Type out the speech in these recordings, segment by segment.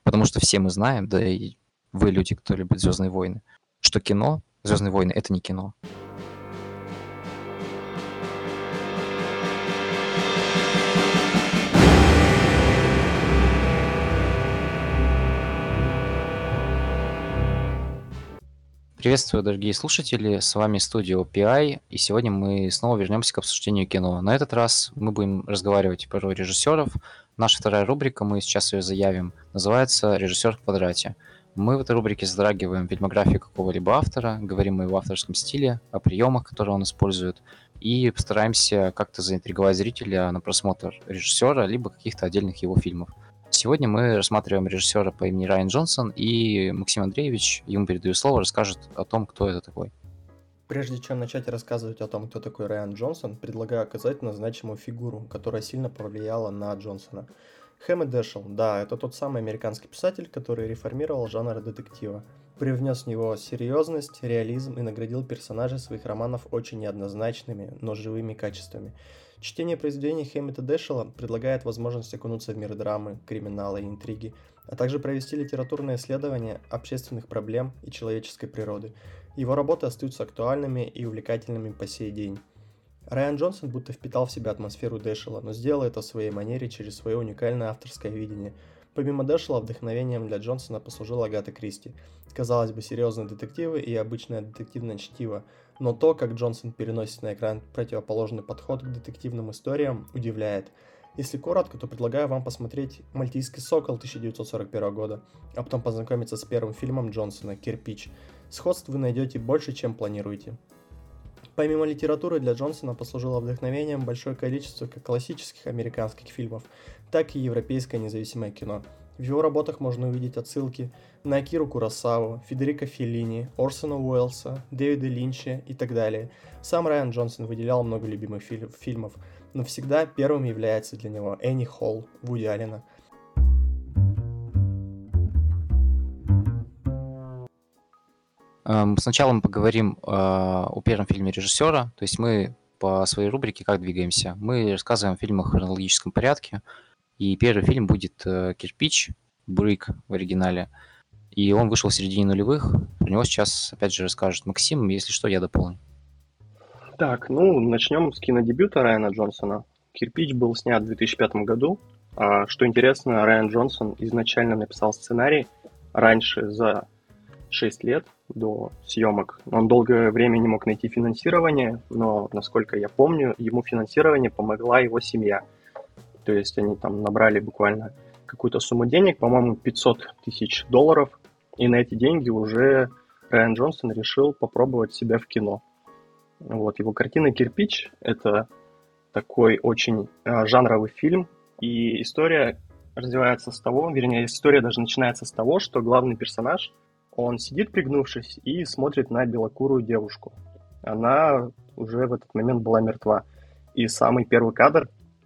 Потому что все мы знаем, да и вы, люди, кто любит «Звездные войны», что кино, «Звездные войны» — это не кино. Приветствую, дорогие слушатели, с вами студия OPI, и сегодня мы снова вернемся к обсуждению кино. На этот раз мы будем разговаривать про режиссеров. Наша вторая рубрика, мы сейчас ее заявим, называется «Режиссер в квадрате». Мы в этой рубрике затрагиваем фильмографию какого-либо автора, говорим о его авторском стиле, о приемах, которые он использует, и постараемся как-то заинтриговать зрителя на просмотр режиссера, либо каких-то отдельных его фильмов. Сегодня мы рассматриваем режиссера по имени Райан Джонсон, и Максим Андреевич, ему передаю слово, расскажет о том, кто это такой. Прежде чем начать рассказывать о том, кто такой Райан Джонсон, предлагаю оказать на значимую фигуру, которая сильно повлияла на Джонсона. Хэммет Дэшел, да, это тот самый американский писатель, который реформировал жанр детектива, привнес в него серьезность, реализм и наградил персонажей своих романов очень неоднозначными, но живыми качествами. Чтение произведений Хэммета Дэшела предлагает возможность окунуться в мир драмы, криминала и интриги, а также провести литературное исследование общественных проблем и человеческой природы. Его работы остаются актуальными и увлекательными по сей день. Райан Джонсон будто впитал в себя атмосферу Дэшела, но сделал это в своей манере через свое уникальное авторское видение. Помимо Дэшела, вдохновением для Джонсона послужила Агата Кристи. Казалось бы, серьезные детективы и обычное детективное чтиво, но то, как Джонсон переносит на экран противоположный подход к детективным историям, удивляет. Если коротко, то предлагаю вам посмотреть «Мальтийский сокол» 1941 года, а потом познакомиться с первым фильмом Джонсона «Кирпич». Сходств вы найдете больше, чем планируете. Помимо литературы, для Джонсона послужило вдохновением большое количество как классических американских фильмов, так и европейское независимое кино. В его работах можно увидеть отсылки на Акиру Куросаву, Федерико Феллини, Орсона Уэллса, Дэвида Линча и так далее. Сам Райан Джонсон выделял много любимых фильмов, но всегда первым является для него Энни Холл Вуди Аллена. Сначала мы поговорим о первом фильме режиссера, то есть мы по своей рубрике как двигаемся. Мы рассказываем о фильмах в хронологическом порядке, и первый фильм будет «Кирпич», «Брик» в оригинале, и он вышел в середине нулевых. Про него сейчас, опять же, расскажет Максим, если что, я дополню. Так, начнем с кинодебюта Райана Джонсона. «Кирпич» был снят в 2005 году. Что интересно, Райан Джонсон изначально написал сценарий раньше, за 6 лет до съемок. Он долгое время не мог найти финансирование, но, насколько я помню, ему финансирование помогла его семья. То есть они там набрали буквально какую-то сумму денег, по-моему, $500 тысяч, и на эти деньги уже Райан Джонсон решил попробовать себя в кино. Вот, его картина «Кирпич» — это такой очень жанровый фильм, и история развивается с того, вернее, история даже начинается с того, что главный персонаж, он сидит, пригнувшись, и смотрит на белокурую девушку. Она уже в этот момент была мертва. И самый первый кадр,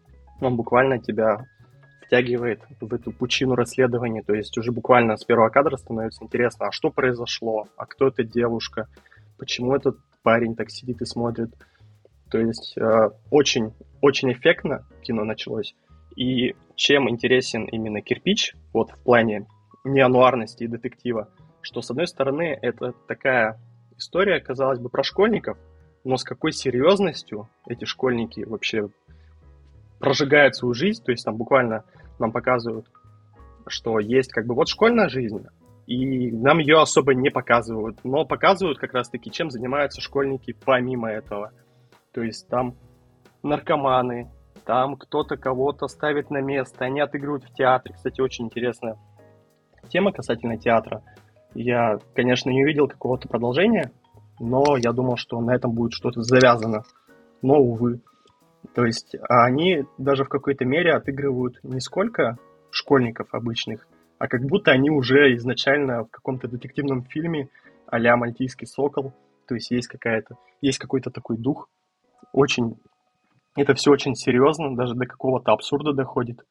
он буквально тебя втягивает в эту пучину расследования. То есть уже буквально с первого кадра становится интересно, а что произошло, а кто эта девушка, почему этот парень так сидит и смотрит. То есть очень, очень эффектно кино началось. И чем интересен именно «Кирпич», вот в плане неануарности и детектива, что, с одной стороны, это такая история, казалось бы, про школьников, но с какой серьезностью эти школьники вообще прожигают свою жизнь, то есть там буквально нам показывают, что есть как бы вот школьная жизнь, и нам ее особо не показывают, но показывают как раз-таки, чем занимаются школьники помимо этого. То есть там наркоманы, там кто-то кого-то ставит на место, они отыгрывают в театре. Кстати, очень интересная тема касательно театра. Я, конечно, не увидел какого-то продолжения, но я думал, что на этом будет что-то завязано. Но, увы. То есть они даже в какой-то мере отыгрывают не сколько школьников обычных, а как будто они уже изначально в каком-то детективном фильме а-ля «Мальтийский сокол». То есть есть какой-то такой дух. Это все очень серьезно, даже до какого-то абсурда доходит.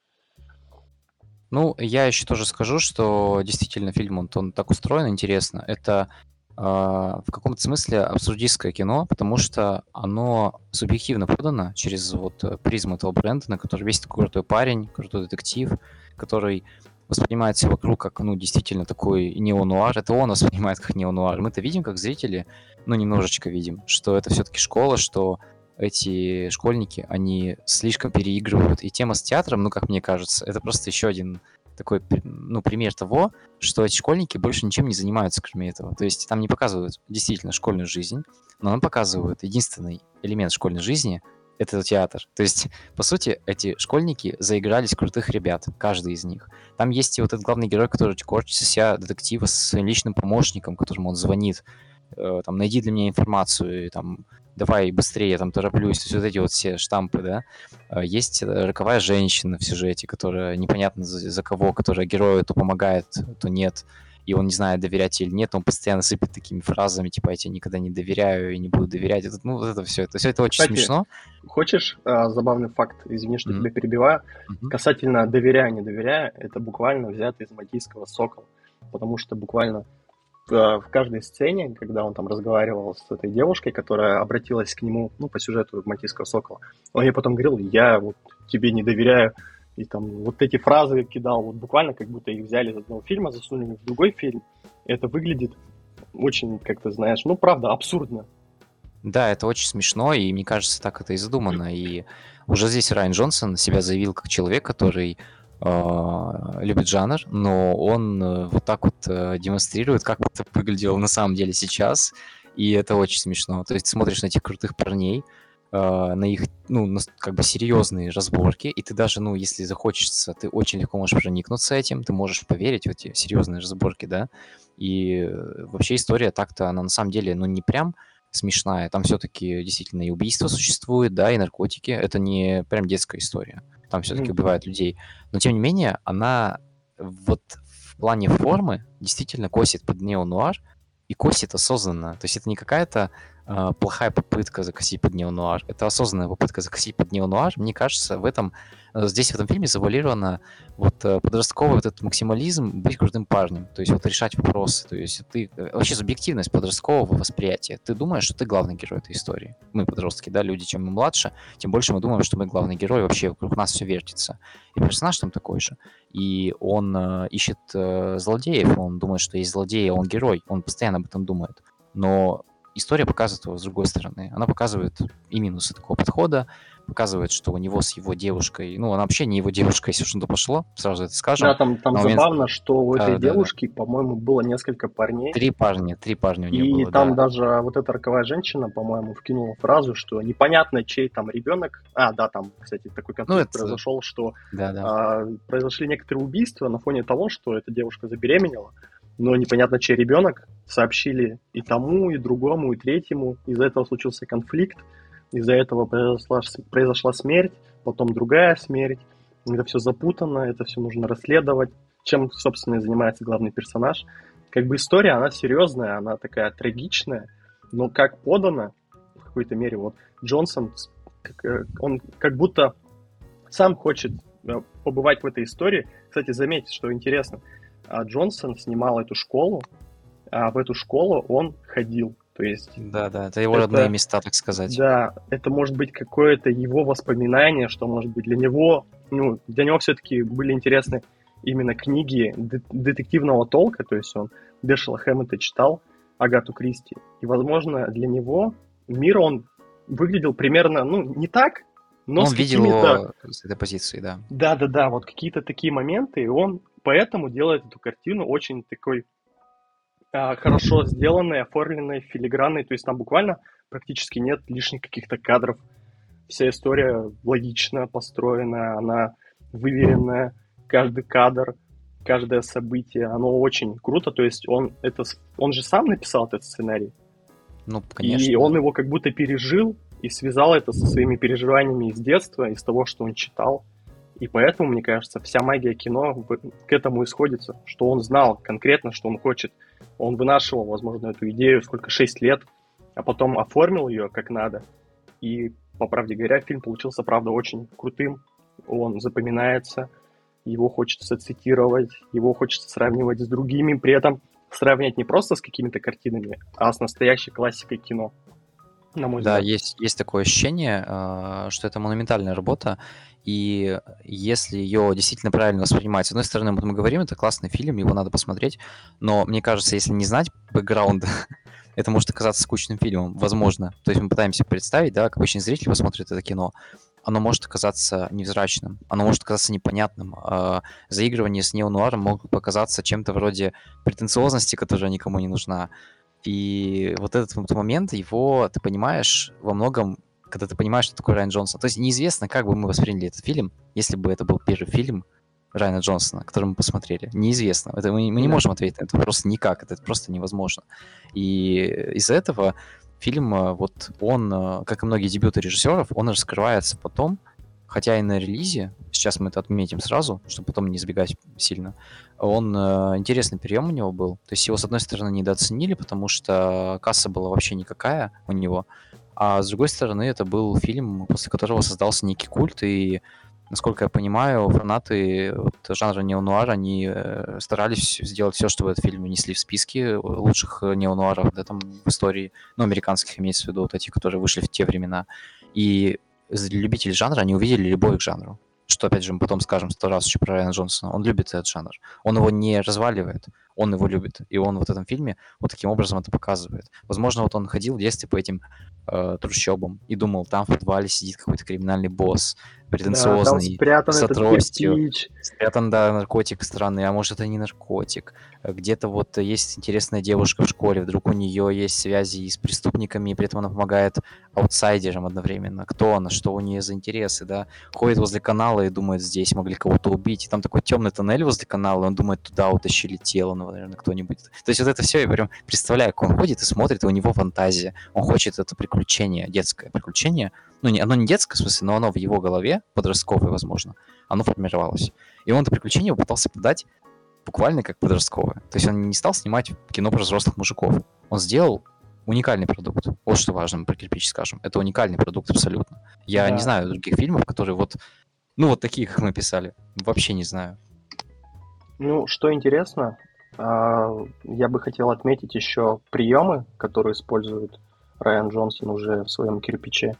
Ну, я еще тоже скажу, что действительно фильм, он так устроен интересно. Это в каком-то смысле абсурдистское кино, потому что оно субъективно подано через вот призму этого бренда, на который весь такой крутой парень, крутой детектив, который воспринимается вокруг как, ну, действительно такой неонуар, это он воспринимает как неонуар. Мы-то видим, как зрители, ну, немножечко видим, что это все-таки школа, что эти школьники, они слишком переигрывают. И тема с театром, ну, как мне кажется, это просто еще один такой, ну, пример того, что эти школьники больше ничем не занимаются, кроме этого. То есть там не показывают действительно школьную жизнь, но нам показывают единственный элемент школьной жизни — это театр. То есть, по сути, эти школьники заигрались в крутых ребят, каждый из них. Там есть и вот этот главный герой, который корчит из себя детектива с своим личным помощником, которому он звонит, там, найди для меня информацию, и, там, давай быстрее, я там тороплюсь, то есть вот эти вот все штампы, да. Есть роковая женщина в сюжете, которая непонятно за кого, которая герою то помогает, то нет, и он не знает, доверять или нет, он постоянно сыпет такими фразами, типа, я тебе никогда не доверяю и не буду доверять. Это, ну, вот это все это очень Кстати, смешно. Хочешь забавный факт? Извини, что Мгм. тебя перебиваю. Мгм. Касательно доверяя, не доверяя, это буквально взято из Матийского «Сокола». Потому что буквально в каждой сцене, когда он там разговаривал с этой девушкой, которая обратилась к нему, ну, по сюжету Матийского «Сокола», он ей потом говорил: я вот тебе не доверяю. И там вот эти фразы кидал, вот буквально как будто их взяли из одного фильма, засунули в другой фильм. Это выглядит очень, как ты знаешь, ну, правда, абсурдно. Да, это очень смешно, и мне кажется, так это и задумано. И уже здесь Райан Джонсон себя заявил как человек, который любит жанр, но он вот так вот демонстрирует, как это выглядело на самом деле сейчас, и это очень смешно. То есть ты смотришь на этих крутых парней, на их, ну, как бы серьезные разборки, и ты даже, ну, если захочется, ты очень легко можешь проникнуться этим, ты можешь поверить в эти серьезные разборки, да, и вообще история так-то, она на самом деле, ну, не прям смешная, там все-таки действительно и убийства существует, да, и наркотики, это не прям детская история, там все-таки Мгм. убивают людей, но тем не менее, она вот в плане формы действительно косит под неонуар, и косит осознанно, то есть это не какая-то плохая попытка закосить под неонуар. Это осознанная попытка закосить под неонуар. Мне кажется, здесь в этом фильме завуалировано вот подростковый вот этот максимализм быть крутым парнем. То есть вот решать вопросы. То есть вообще субъективность подросткового восприятия. Ты думаешь, что ты главный герой этой истории. Мы подростки, да, люди, чем мы младше, тем больше мы думаем, что мы главный герой, вообще вокруг нас все вертится. И персонаж там такой же. И он ищет злодеев, он думает, что есть злодеи, а он герой. Он постоянно об этом думает. Но история показывает его с другой стороны. Она показывает и минусы такого подхода, показывает, что у него с его девушкой, ну, она вообще не его девушка, если уж на то пошло, сразу это Да, скажем. там На момент... забавно, что у этой Да. девушки, по-моему, было несколько парней. Три парня у нее И было, там да. даже вот эта роковая женщина, по-моему, вкинула фразу, что непонятно, чей там ребенок. А, да, там, кстати, такой Ну, конфликт это... произошел, что Да. произошли некоторые убийства на фоне того, что эта девушка забеременела, но непонятно, чей ребенок. Сообщили и тому, и другому, и третьему. Из-за этого случился конфликт, из-за этого произошла смерть, потом другая смерть. Это все запутано, это все нужно расследовать. Чем, собственно, и занимается главный персонаж. Как бы история, она серьезная, она такая трагичная, но как подана, в какой-то мере, вот Джонсон, он как будто сам хочет побывать в этой истории. Кстати, заметьте, что интересно, Джонсон снимал эту школу, а в эту школу он ходил. То есть Да, это его родные места, так сказать. да, это может быть какое-то его воспоминание, что может быть для него, ну, для него все-таки были интересны именно книги детективного толка, то есть он Дэшела Хэммета читал, Агату Кристи, и, возможно, для него мир он выглядел примерно, ну, не так, но он с видел какими-то... его с этой позиции, да. Да, вот какие-то такие моменты, и он поэтому делает эту картину очень такой хорошо сделанной, оформленной, филигранной, то есть там буквально практически нет лишних каких-то кадров. Вся история логично построена, она выверенная, каждый кадр, каждое событие, оно очень круто, то есть он же сам написал этот сценарий, Ну, конечно. и он его как будто пережил и связал это со своими переживаниями из детства, из того, что он читал. И поэтому, мне кажется, вся магия кино к этому исходится, что он знал конкретно, что он хочет. Он вынашивал, возможно, эту идею сколько, 6 лет, а потом оформил ее как надо. И, по правде говоря, фильм получился, правда, очень крутым. Он запоминается, его хочется цитировать, его хочется сравнивать с другими, при этом сравнивать не просто с какими-то картинами, а с настоящей классикой кино. на мой Да, взгляд. есть такое ощущение, что это монументальная работа, и если ее действительно правильно воспринимать, с одной стороны, вот мы говорим, это классный фильм, его надо посмотреть, но мне кажется, если не знать бэкграунда, это может оказаться скучным фильмом, возможно. То есть мы пытаемся представить, да, как обычный зритель посмотрит это кино, оно может оказаться невзрачным, оно может оказаться непонятным. Заигрывание с неонуаром могут показаться чем-то вроде претенциозности, которая никому не нужна. И вот этот вот момент, его ты понимаешь во многом, когда ты понимаешь, что такое Райан Джонсон. То есть неизвестно, как бы мы восприняли этот фильм, если бы это был первый фильм Райана Джонсона, который мы посмотрели. Неизвестно. Это мы не Да. можем ответить на это просто никак. Это просто невозможно. И из-за этого фильм, вот он, как и многие дебюты режиссеров, он раскрывается потом, хотя и на релизе, сейчас мы это отметим сразу, чтобы потом не избегать сильно, он интересный прием у него был. То есть его, с одной стороны, недооценили, потому что касса была вообще никакая у него, а с другой стороны, это был фильм, после которого создался некий культ, и, насколько я понимаю, фанаты вот жанра неонуар, они старались сделать все, чтобы этот фильм внесли в списки лучших неонуаров, да, там, в истории, ну, американских имеется в виду, вот эти, которые вышли в те времена. И любители жанра, они увидели любовь к жанру. Что, опять же, мы потом скажем 100 раз еще про Райана Джонсона. Он любит этот жанр. Он его не разваливает, он его любит. И он вот в этом фильме вот таким образом это показывает. Возможно, вот он ходил в детстве по этим трущобам и думал, там в подвале сидит какой-то криминальный босс, Да, там претенциозный, спрятан с этот тростью, кирпич. спрятан, да, наркотик странный, а может, это не наркотик. Где-то вот есть интересная девушка в школе, вдруг у нее есть связи с преступниками, и при этом она помогает аутсайдерам одновременно. Кто она, что у нее за интересы, да? Ходит возле канала и думает, здесь могли кого-то убить. И там такой темный тоннель возле канала, и он думает, туда утащили тело, ну, наверное, кто-нибудь. То есть вот это все, я прям представляю, как он ходит и смотрит, и у него фантазия. Он хочет это приключение, детское приключение. Ну, оно не детское, в смысле, но оно в его голове, подростковое, возможно, оно формировалось. И он это приключение пытался подать буквально как подростковое. То есть он не стал снимать кино про взрослых мужиков. Он сделал уникальный продукт. Вот что важно, мы про кирпич скажем. Это уникальный продукт абсолютно. Я не Да. знаю других фильмов, которые вот, ну, вот такие, как мы писали. Вообще не знаю. Ну, что интересно, я бы хотел отметить еще приемы, которые использует Райан Джонсон уже в своем кирпиче.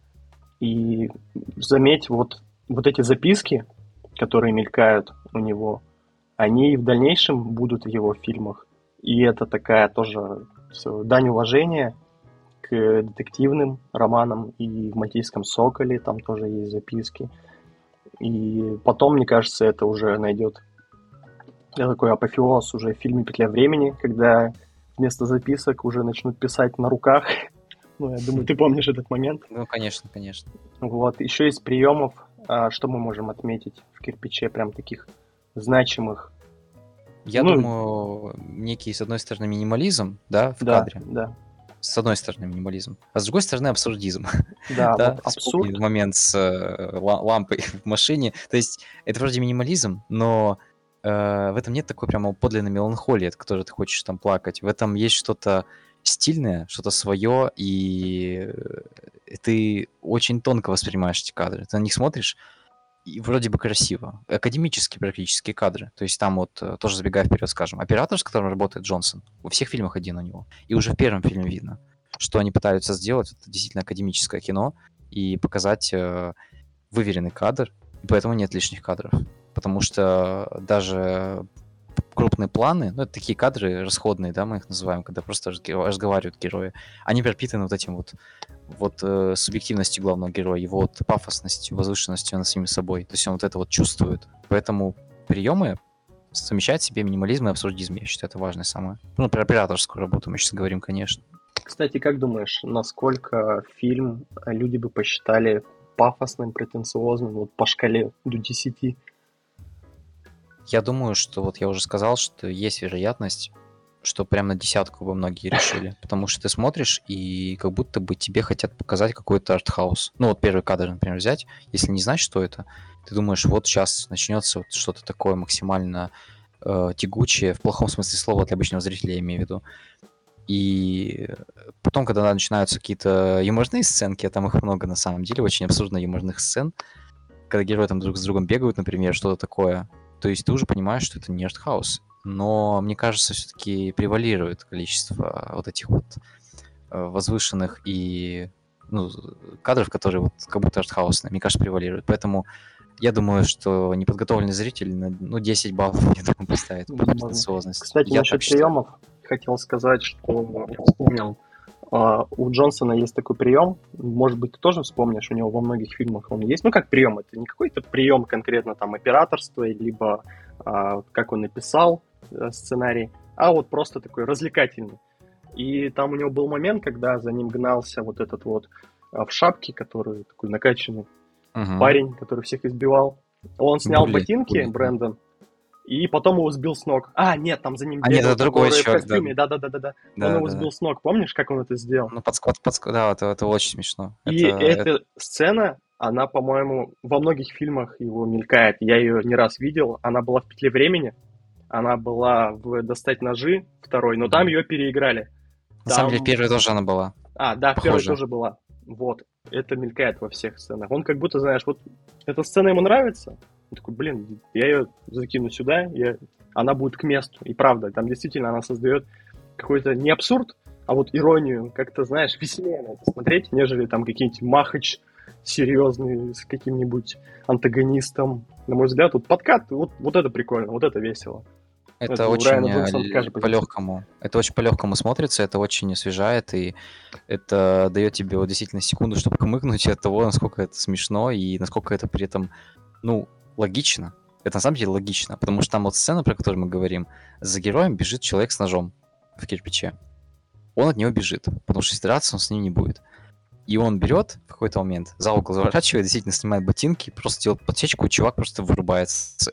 И заметь, вот эти записки, которые мелькают у него, они и в дальнейшем будут в его фильмах. И это такая тоже дань уважения к детективным романам. И в «Мальтийском соколе» там тоже есть записки. И потом, мне кажется, это уже найдет такой апофеоз уже в фильме «Петля времени», когда вместо записок уже начнут писать на руках. Ну, я думаю, ты помнишь этот момент. Ну, конечно, конечно. Вот. Еще из приемов, что мы можем отметить в кирпиче, прям таких значимых. Я Ну, думаю, некий, с одной стороны, минимализм, да, в да, кадре. да, С одной стороны, минимализм. А с другой стороны, абсурдизм. да, Да, вот вспомни абсурд, момент с лампой в машине. То есть это вроде минимализм, но в этом нет такой прямо подлинной меланхолии, от которой ты хочешь там плакать. В этом есть что-то стильное, что-то свое, и ты очень тонко воспринимаешь эти кадры. Ты на них смотришь, и вроде бы красиво. Академические практически кадры. То есть там вот, тоже забегая вперед, скажем, оператор, с которым работает Джонсон, во всех фильмах один у него. И уже в первом фильме видно, что они пытаются сделать. Это действительно академическое кино и показать выверенный кадр. И поэтому нет лишних кадров. Потому что даже крупные планы, ну, это такие кадры расходные, да, мы их называем, когда просто разговаривают герои, они пропитаны вот этим вот субъективностью главного героя, его вот пафосностью, возвышенностью над самим собой. То есть он вот это вот чувствует. Поэтому приемы совмещать в себе минимализм и абсурдизм, я считаю, это важное самое. Ну, про операторскую работу мы сейчас говорим, конечно. Кстати, как думаешь, насколько фильм люди бы посчитали пафосным, претенциозным, вот по шкале до 10? Я думаю, что вот я уже сказал, что есть вероятность, что прям на десятку бы многие решили. Потому что ты смотришь, и как будто бы тебе хотят показать какой-то артхаус. Ну вот первый кадр, например, взять. Если не знать, что это, ты думаешь, вот сейчас начнется вот что-то такое максимально тягучее, в плохом смысле слова для обычного зрителя, я имею в виду. И потом, когда начинаются какие-то юморные сценки, а там их много на самом деле, очень абсурдно юморных сцен, когда герои там друг с другом бегают, например, что-то такое, то есть ты уже понимаешь, что это не артхаус. Но, мне кажется, все-таки превалирует количество вот этих вот возвышенных и ну, кадров, которые вот как будто артхаусные, мне кажется, превалируют. Поэтому я думаю, что неподготовленный зритель, ну, 10 баллов, я думаю, поставит по Возможно. претенциозности. Кстати, Я насчет так считаю. приемов хотел сказать, что я вспомнил. У Джонсона есть такой прием, может быть, ты тоже вспомнишь, у него во многих фильмах он есть. Ну, как прием, это не какой-то прием конкретно там операторства, либо как он написал сценарий, а вот просто такой развлекательный. И там у него был момент, когда за ним гнался вот этот вот в шапке, который такой накачанный Мгм. парень, который всех избивал. Он снял Булли, ботинки, Булли, да. Брэндон, и потом его сбил с ног. Нет, там за ним А нет, бегал, это другой который в чувак, да. костюме. Да-да-да-да-да. Он его Да-да-да. сбил с ног. Помнишь, как он это сделал? Ну, да, это очень смешно. И эта сцена, она, по-моему, во многих фильмах его мелькает. Я ее не раз видел. Она была в «Петле времени». Она была в «Достать ножи» второй, но там Мгм. ее переиграли. На самом деле, Там... первая тоже она была. Да, в первой Похоже. тоже была. Вот. Это мелькает во всех сценах. Он как будто, знаешь, вот эта сцена ему нравится. Он такой, блин, я ее закину сюда, она будет к месту. И правда, там действительно она создает какой-то не абсурд, а вот иронию. Как-то, знаешь, веселее на это смотреть, нежели там какие-нибудь Махач серьезный с каким-нибудь антагонистом. На мой взгляд, вот подкат, вот это прикольно, вот это весело. Это у очень Райана Джонсона такая же позиция. по-легкому. Это очень по-легкому смотрится, это очень освежает, и это дает тебе вот действительно секунду, чтобы хмыкнуть от того, насколько это смешно и насколько это при этом, ну, логично. Это на самом деле логично, потому что там вот сцена, про которую мы говорим, за героем бежит человек с ножом в кирпиче. Он от него бежит, потому что если драться, он с ним не будет. И он берет в какой-то момент, за угол заворачивает, действительно снимает ботинки, просто делает подсечку, и чувак просто вырубается.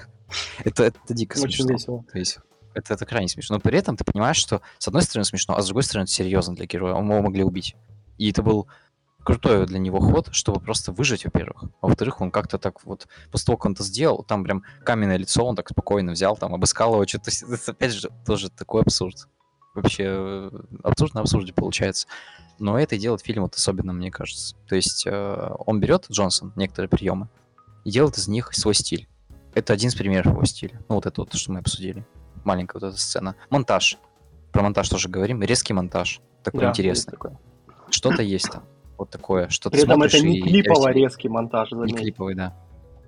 Это дико Очень смешно. весело. То есть это крайне смешно. Но при этом ты понимаешь, что с одной стороны смешно, а с другой стороны это серьезно для героя. Его могли убить. И это был крутой для него ход, чтобы просто выжить, во-первых. А во-вторых, он как-то так вот, после того, как он это сделал, там прям каменное лицо, он так спокойно взял, там, обыскал его, что-то. Это, опять же, тоже такой абсурд. Вообще, абсурд на абсурде получается. Но это и делает фильм вот особенным, мне кажется. То есть он берет, Джонсон, некоторые приемы, и делает из них свой стиль. Это один из примеров его стиля. Ну, вот это вот, что мы обсудили. Маленькая вот эта сцена. Монтаж. Про монтаж тоже говорим. Резкий монтаж. Такой Да, интересный. есть такое. Что-то есть там. Вот такое. Что ты При этом смотришь это не и клипово-резкий монтаж, не заметь. клиповый, да.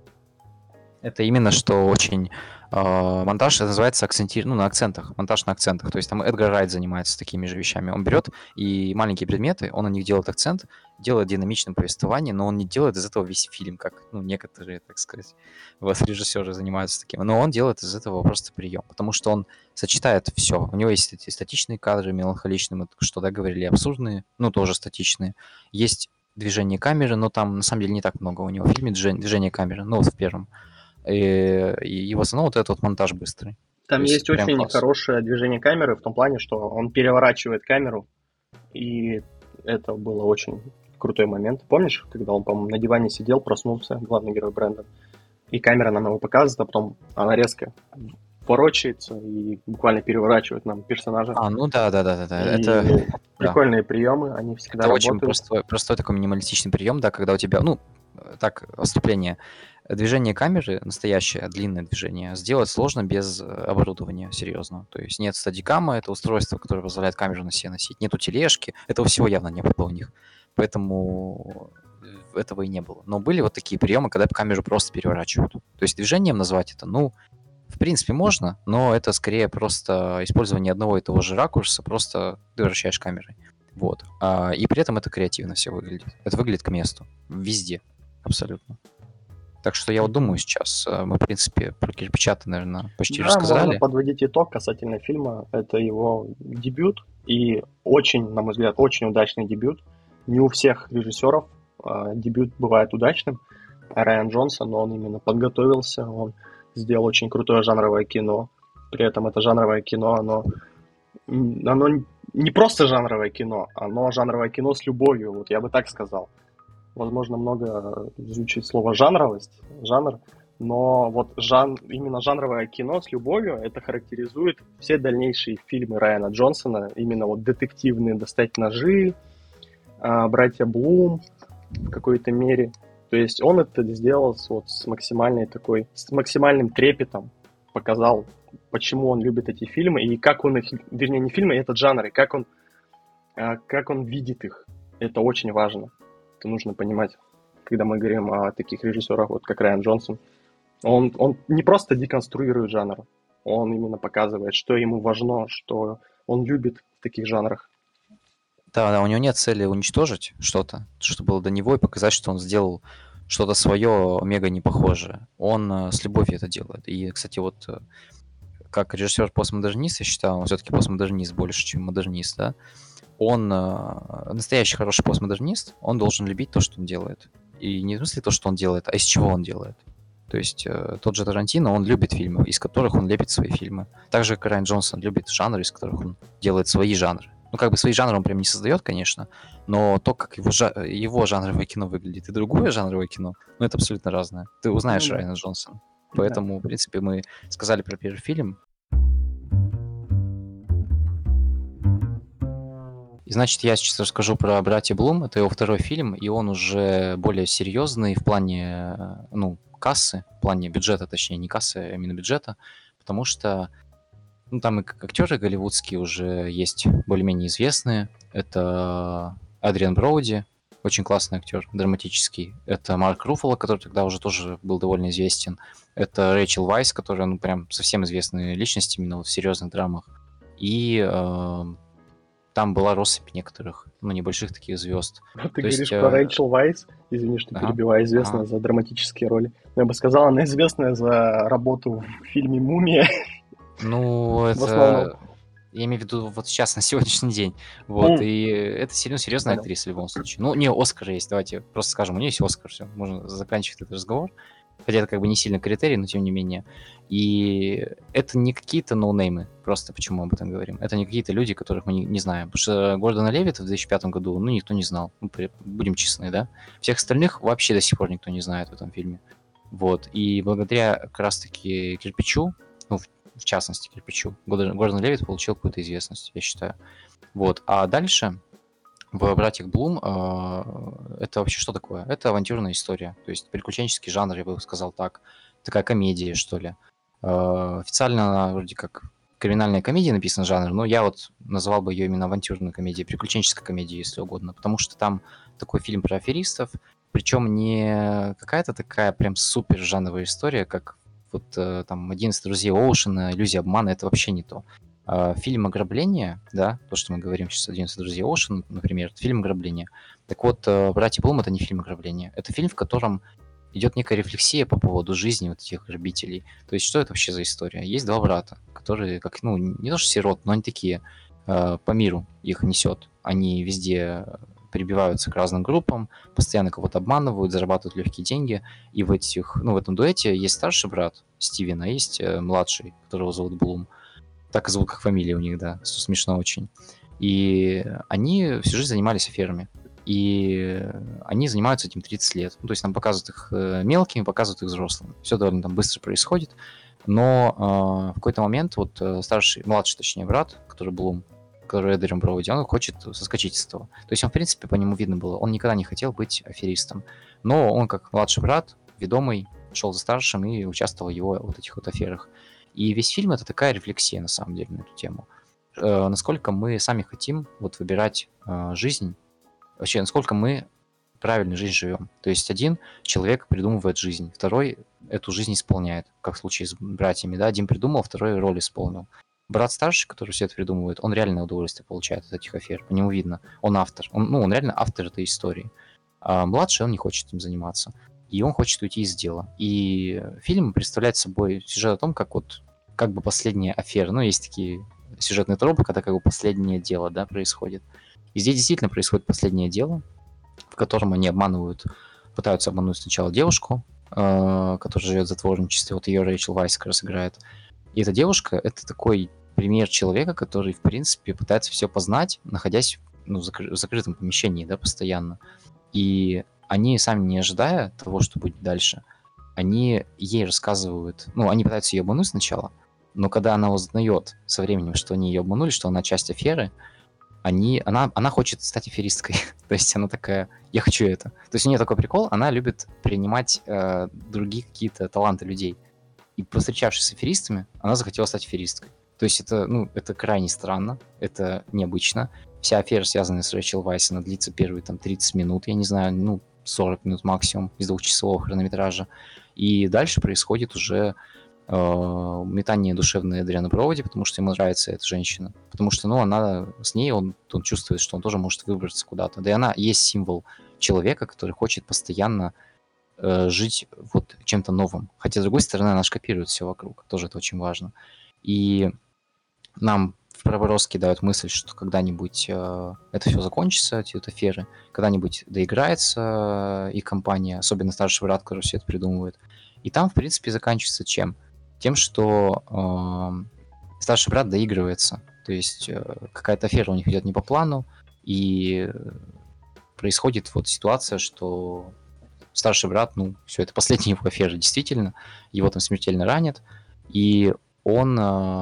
Это именно что очень... монтаж, это называется на акцентах. Монтаж на акцентах. То есть там Эдгар Райт занимается такими же вещами. Он берет и маленькие предметы, он на них делает акцент, делает динамичное повествование, но он не делает из этого весь фильм, как некоторые, так сказать, вот режиссеры занимаются таким. Но он делает из этого просто прием, потому что он сочетает все. У него есть эти статичные кадры, меланхоличные, мы только что говорили, абсурдные, тоже статичные. Есть движение камеры, но там на самом деле не так много у него в фильме движение камеры, вот в первом. И в основном вот этот вот монтаж быстрый. Там есть прям очень класс. хорошее движение камеры в том плане, что он переворачивает камеру, и это было очень крутой момент. Помнишь, когда он, по-моему, на диване сидел, проснулся, главный герой Брэндон, и камера нам его показывает, а потом она резко ворочается и буквально переворачивает нам персонажа. Да. И Это прикольные приемы, они всегда это работают. очень простой такой минималистичный прием, да, когда у тебя, отступление. Движение камеры, настоящее, длинное движение, сделать сложно без оборудования серьезного. То есть нет стадикама, это устройство, которое позволяет камеру на себе носить. Нету тележки, этого всего явно не было у них. Поэтому этого и не было. Но были вот такие приемы, когда камеру просто переворачивают. То есть движением назвать это, в принципе, можно, но это скорее просто использование одного и того же ракурса, просто ты вращаешь камерой. Вот. И при этом это креативно все выглядит. Это выглядит к месту. Везде. Абсолютно. Так что я вот думаю сейчас, мы, в принципе, про кирпича-то, наверное, почти рассказали. Можно подводить итог касательно фильма. Это его дебют, и очень, на мой взгляд, очень удачный дебют. Не у всех режиссеров дебют бывает удачным. Райан Джонсон, он именно подготовился, он сделал очень крутое жанровое кино. При этом это жанровое кино, оно не просто жанровое кино, оно жанровое кино с любовью, вот я бы так сказал. Возможно, много звучит слово жанровость, жанр, но вот именно жанровое кино с любовью, это характеризует все дальнейшие фильмы Райана Джонсона, именно вот детективные «Достать ножи», «Братья Блум» в какой-то мере. То есть он это сделал с максимальным трепетом, показал, почему он любит эти фильмы и как он их, вернее, не фильмы, этот жанр, и как он как он видит их. Это очень важно. Это нужно понимать, когда мы говорим о таких режиссерах, вот как Райан Джонсон. Он не просто деконструирует жанр, он именно показывает, что ему важно, что он любит в таких жанрах. Да, у него нет цели уничтожить что-то, что было до него, и показать, что он сделал что-то свое мега непохожее. Он с любовью это делает. И, кстати, вот как режиссер-постмодернист, я считаю, он все-таки постмодернист больше, чем модернист, да? Он настоящий хороший постмодернист, он должен любить то, что он делает. И не в смысле то, что он делает, а из чего он делает. То есть тот же Тарантино, он любит фильмы, из которых он лепит свои фильмы. Также как Райан Джонсон любит жанры, из которых он делает свои жанры. Ну, как бы свои жанры он прям не создает, конечно, но то, как его жанровое кино выглядит, и другое жанровое кино, ну, это абсолютно разное. Ты узнаешь Ну да. Райана Джонсона. Да. Поэтому, в принципе, мы сказали про первый фильм. И значит, я сейчас расскажу про «Братья Блум». Это его второй фильм, и он уже более серьезный в плане, ну, кассы, в плане бюджета, точнее, не кассы, а именно бюджета, потому что, ну, там и актеры голливудские уже есть более-менее известные. Это Адриан Броуди, очень классный актер, драматический. Это Марк Руффало, который тогда уже тоже был довольно известен. Это Рэйчел Вайс, которая, ну, прям совсем известная личность именно вот в серьезных драмах. И там была россыпь некоторых, ну, небольших таких звезд. Вот ты То есть, говоришь про Рэйчел Вайс, извини, что ага, перебиваю, известная ага. за драматические роли. Но я бы сказал, она известная за работу в фильме «Мумия» Ну, в основном. это... Я имею в виду вот сейчас, на сегодняшний день. Вот, М, и это серьезная Понял. актриса в любом случае. Ну, у нее Оскар есть, давайте просто скажем, у нее есть Оскар, все, можно заканчивать этот разговор. Хотя это как бы не сильно критерий, но тем не менее. И это не какие-то ноунеймы, просто почему мы об этом говорим. Это не какие-то люди, которых мы не знаем. Потому что Гордона Левита в 2005 году, ну, никто не знал. Ну, будем честны, да? Всех остальных вообще до сих пор никто не знает в этом фильме. Вот. И благодаря как раз-таки «Кирпичу», ну, в частности, «Кирпичу», Гордон Левит получил какую-то известность, я считаю. Вот. А дальше в «Братьях Блум» это вообще что такое? Это авантюрная история, то есть приключенческий жанр, я бы сказал так. Такая комедия, что ли. Официально она вроде как криминальная комедия написан жанр, но я вот назвал бы ее именно авантюрной комедией, приключенческой комедией, если угодно, потому что там такой фильм про аферистов, причем не какая-то такая прям супер жанровая история, как вот там «11 друзей Оушена», «Иллюзия обмана», это вообще не то. Фильм «Ограбление», да, то, что мы говорим сейчас «11 друзей Оушена», например, это фильм «Ограбление». Так вот, «Братья Блум» — это не фильм «Ограбление», это фильм, в котором идет некая рефлексия по поводу жизни вот этих грабителей. То есть, что это вообще за история? Есть два брата, которые, как, ну, не то что сирот, но они такие, по миру их несет. Они везде прибиваются к разным группам, постоянно кого-то обманывают, зарабатывают легкие деньги. И в этих, ну, в этом дуэте есть старший брат Стивена, а есть младший, которого зовут Блум. Так и зовут, как фамилия у них, да, смешно очень. И они всю жизнь занимались аферами. И они занимаются этим 30 лет. Ну, то есть нам показывают их мелкими, показывают их взрослыми. Все довольно там быстро происходит. Но в какой-то момент вот младший, точнее, брат, который Блум, который Эдриан Броуди, он хочет соскочить с этого. То есть он, в принципе, по нему видно было, он никогда не хотел быть аферистом. Но он, как младший брат, ведомый, шел за старшим и участвовал в его вот этих вот аферах. И весь фильм — это такая рефлексия, на самом деле, на эту тему. Насколько мы сами хотим вот выбирать жизнь, вообще, насколько мы правильно жизнь живем. То есть один человек придумывает жизнь, второй эту жизнь исполняет, как в случае с братьями, да, один придумал, второй роль исполнил. Брат старший, который все это придумывает, он реально удовольствие получает от этих афер, по нему видно. Он автор, он реально автор этой истории. А младший, он не хочет этим заниматься. И он хочет уйти из дела. И фильм представляет собой сюжет о том, как вот как бы последняя афера. Ну, есть такие сюжетные тропы, когда как бы последнее дело, да, происходит. И здесь действительно происходит последнее дело, в котором они пытаются обмануть сначала девушку, которая живет в затворничестве, вот ее Рэйчел Вайс как раз играет. И эта девушка — это такой пример человека, который, в принципе, пытается все познать, находясь, ну, в закрытом помещении, да, постоянно. И они, сами не ожидая того, что будет дальше, они ей рассказывают, ну, они пытаются ее обмануть сначала, но когда она узнает со временем, что они ее обманули, что она часть аферы, она хочет стать аферисткой. То есть она такая, я хочу это. То есть у нее такой прикол, она любит принимать другие какие-то таланты людей. И повстречавшись с аферистами, она захотела стать аферисткой. То есть это, ну, это крайне странно, это необычно. Вся афера, связанная с Рэйчел Вайс, она длится первые там 30 минут, я не знаю, ну, 40 минут максимум из двухчасового хронометража. И дальше происходит уже метание душевной Эдриана Броуди, потому что ему нравится эта женщина. Потому что, ну, она с ней, он чувствует, что он тоже может выбраться куда-то. Да и она есть символ человека, который хочет постоянно жить вот чем-то новым. Хотя, с другой стороны, она же копирует все вокруг. Тоже это очень важно. И нам в проброс кидают мысль, что когда-нибудь это все закончится, эти вот аферы, когда-нибудь доиграется и компания, особенно старший брат, который все это придумывает. И там, в принципе, заканчивается чем? Тем, что старший брат доигрывается. То есть какая-то афера у них идет не по плану, и происходит вот ситуация, что старший брат, ну, все, это последняя его афера, действительно, его там смертельно ранят, и он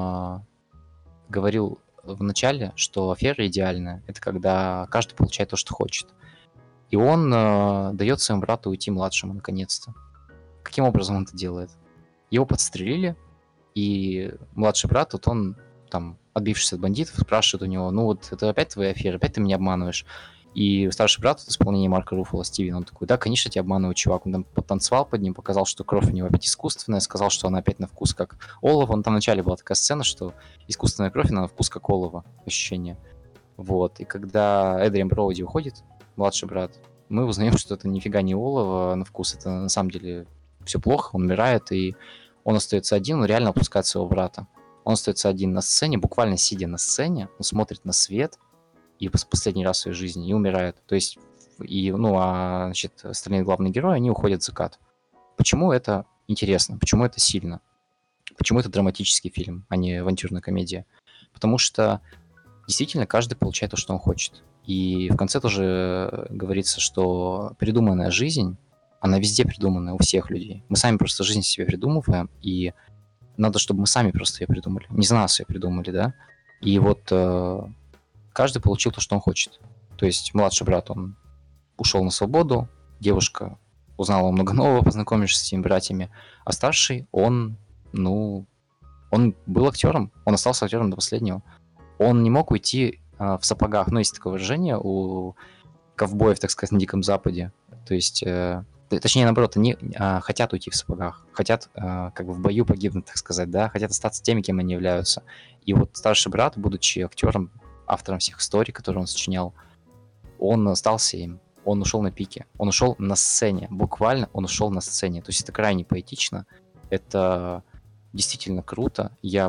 говорил в начале, что афера идеальная, это когда каждый получает то, что хочет. И он дает своему брату уйти младшему, наконец-то. Каким образом он это делает? Его подстрелили, и младший брат, вот он там, отбившись от бандитов, спрашивает у него, ну вот это опять твоя афера, опять ты меня обманываешь. И старший брат в исполнении Марка Руффало, Стивен, он такой, да, конечно, тебя обманываю, чувак. Он там потанцевал под ним, показал, что кровь у него опять искусственная, сказал, что она опять на вкус как олово. Он там вначале была такая сцена, что искусственная кровь, она на вкус как олово, ощущение. Вот, и когда Эдриан Броуди уходит, младший брат, мы узнаем, что это нифига не олово на вкус, это на самом деле все плохо, он умирает, и он остается один, он реально опускает своего брата. Он остается один на сцене, буквально сидя на сцене, он смотрит на свет, и последний раз в своей жизни, и умирает. То есть, и, ну, а, значит, остальные главные герои, они уходят в закат. Почему это интересно? Почему это сильно? Почему это драматический фильм, а не авантюрная комедия? Потому что действительно каждый получает то, что он хочет. И в конце тоже говорится, что придуманная жизнь, она везде придуманная у всех людей. Мы сами просто жизнь себе придумываем, и надо, чтобы мы сами просто ее придумали. Не за нас ее придумали, да? И вот каждый получил то, что он хочет. То есть младший брат, он ушел на свободу, девушка узнала много нового, познакомившись с этими братьями, а старший, он, ну, он был актером, он остался актером до последнего. Он не мог уйти в сапогах, ну, есть такое выражение у ковбоев, так сказать, на Диком Западе. То есть, точнее, наоборот, они хотят уйти в сапогах, хотят как бы в бою погибнуть, так сказать, да, хотят остаться теми, кем они являются. И вот старший брат, будучи актером, автором всех историй, которые он сочинял, он остался им, он ушел на пике, он ушел на сцене, буквально он ушел на сцене. То есть это крайне поэтично, это действительно круто. Я,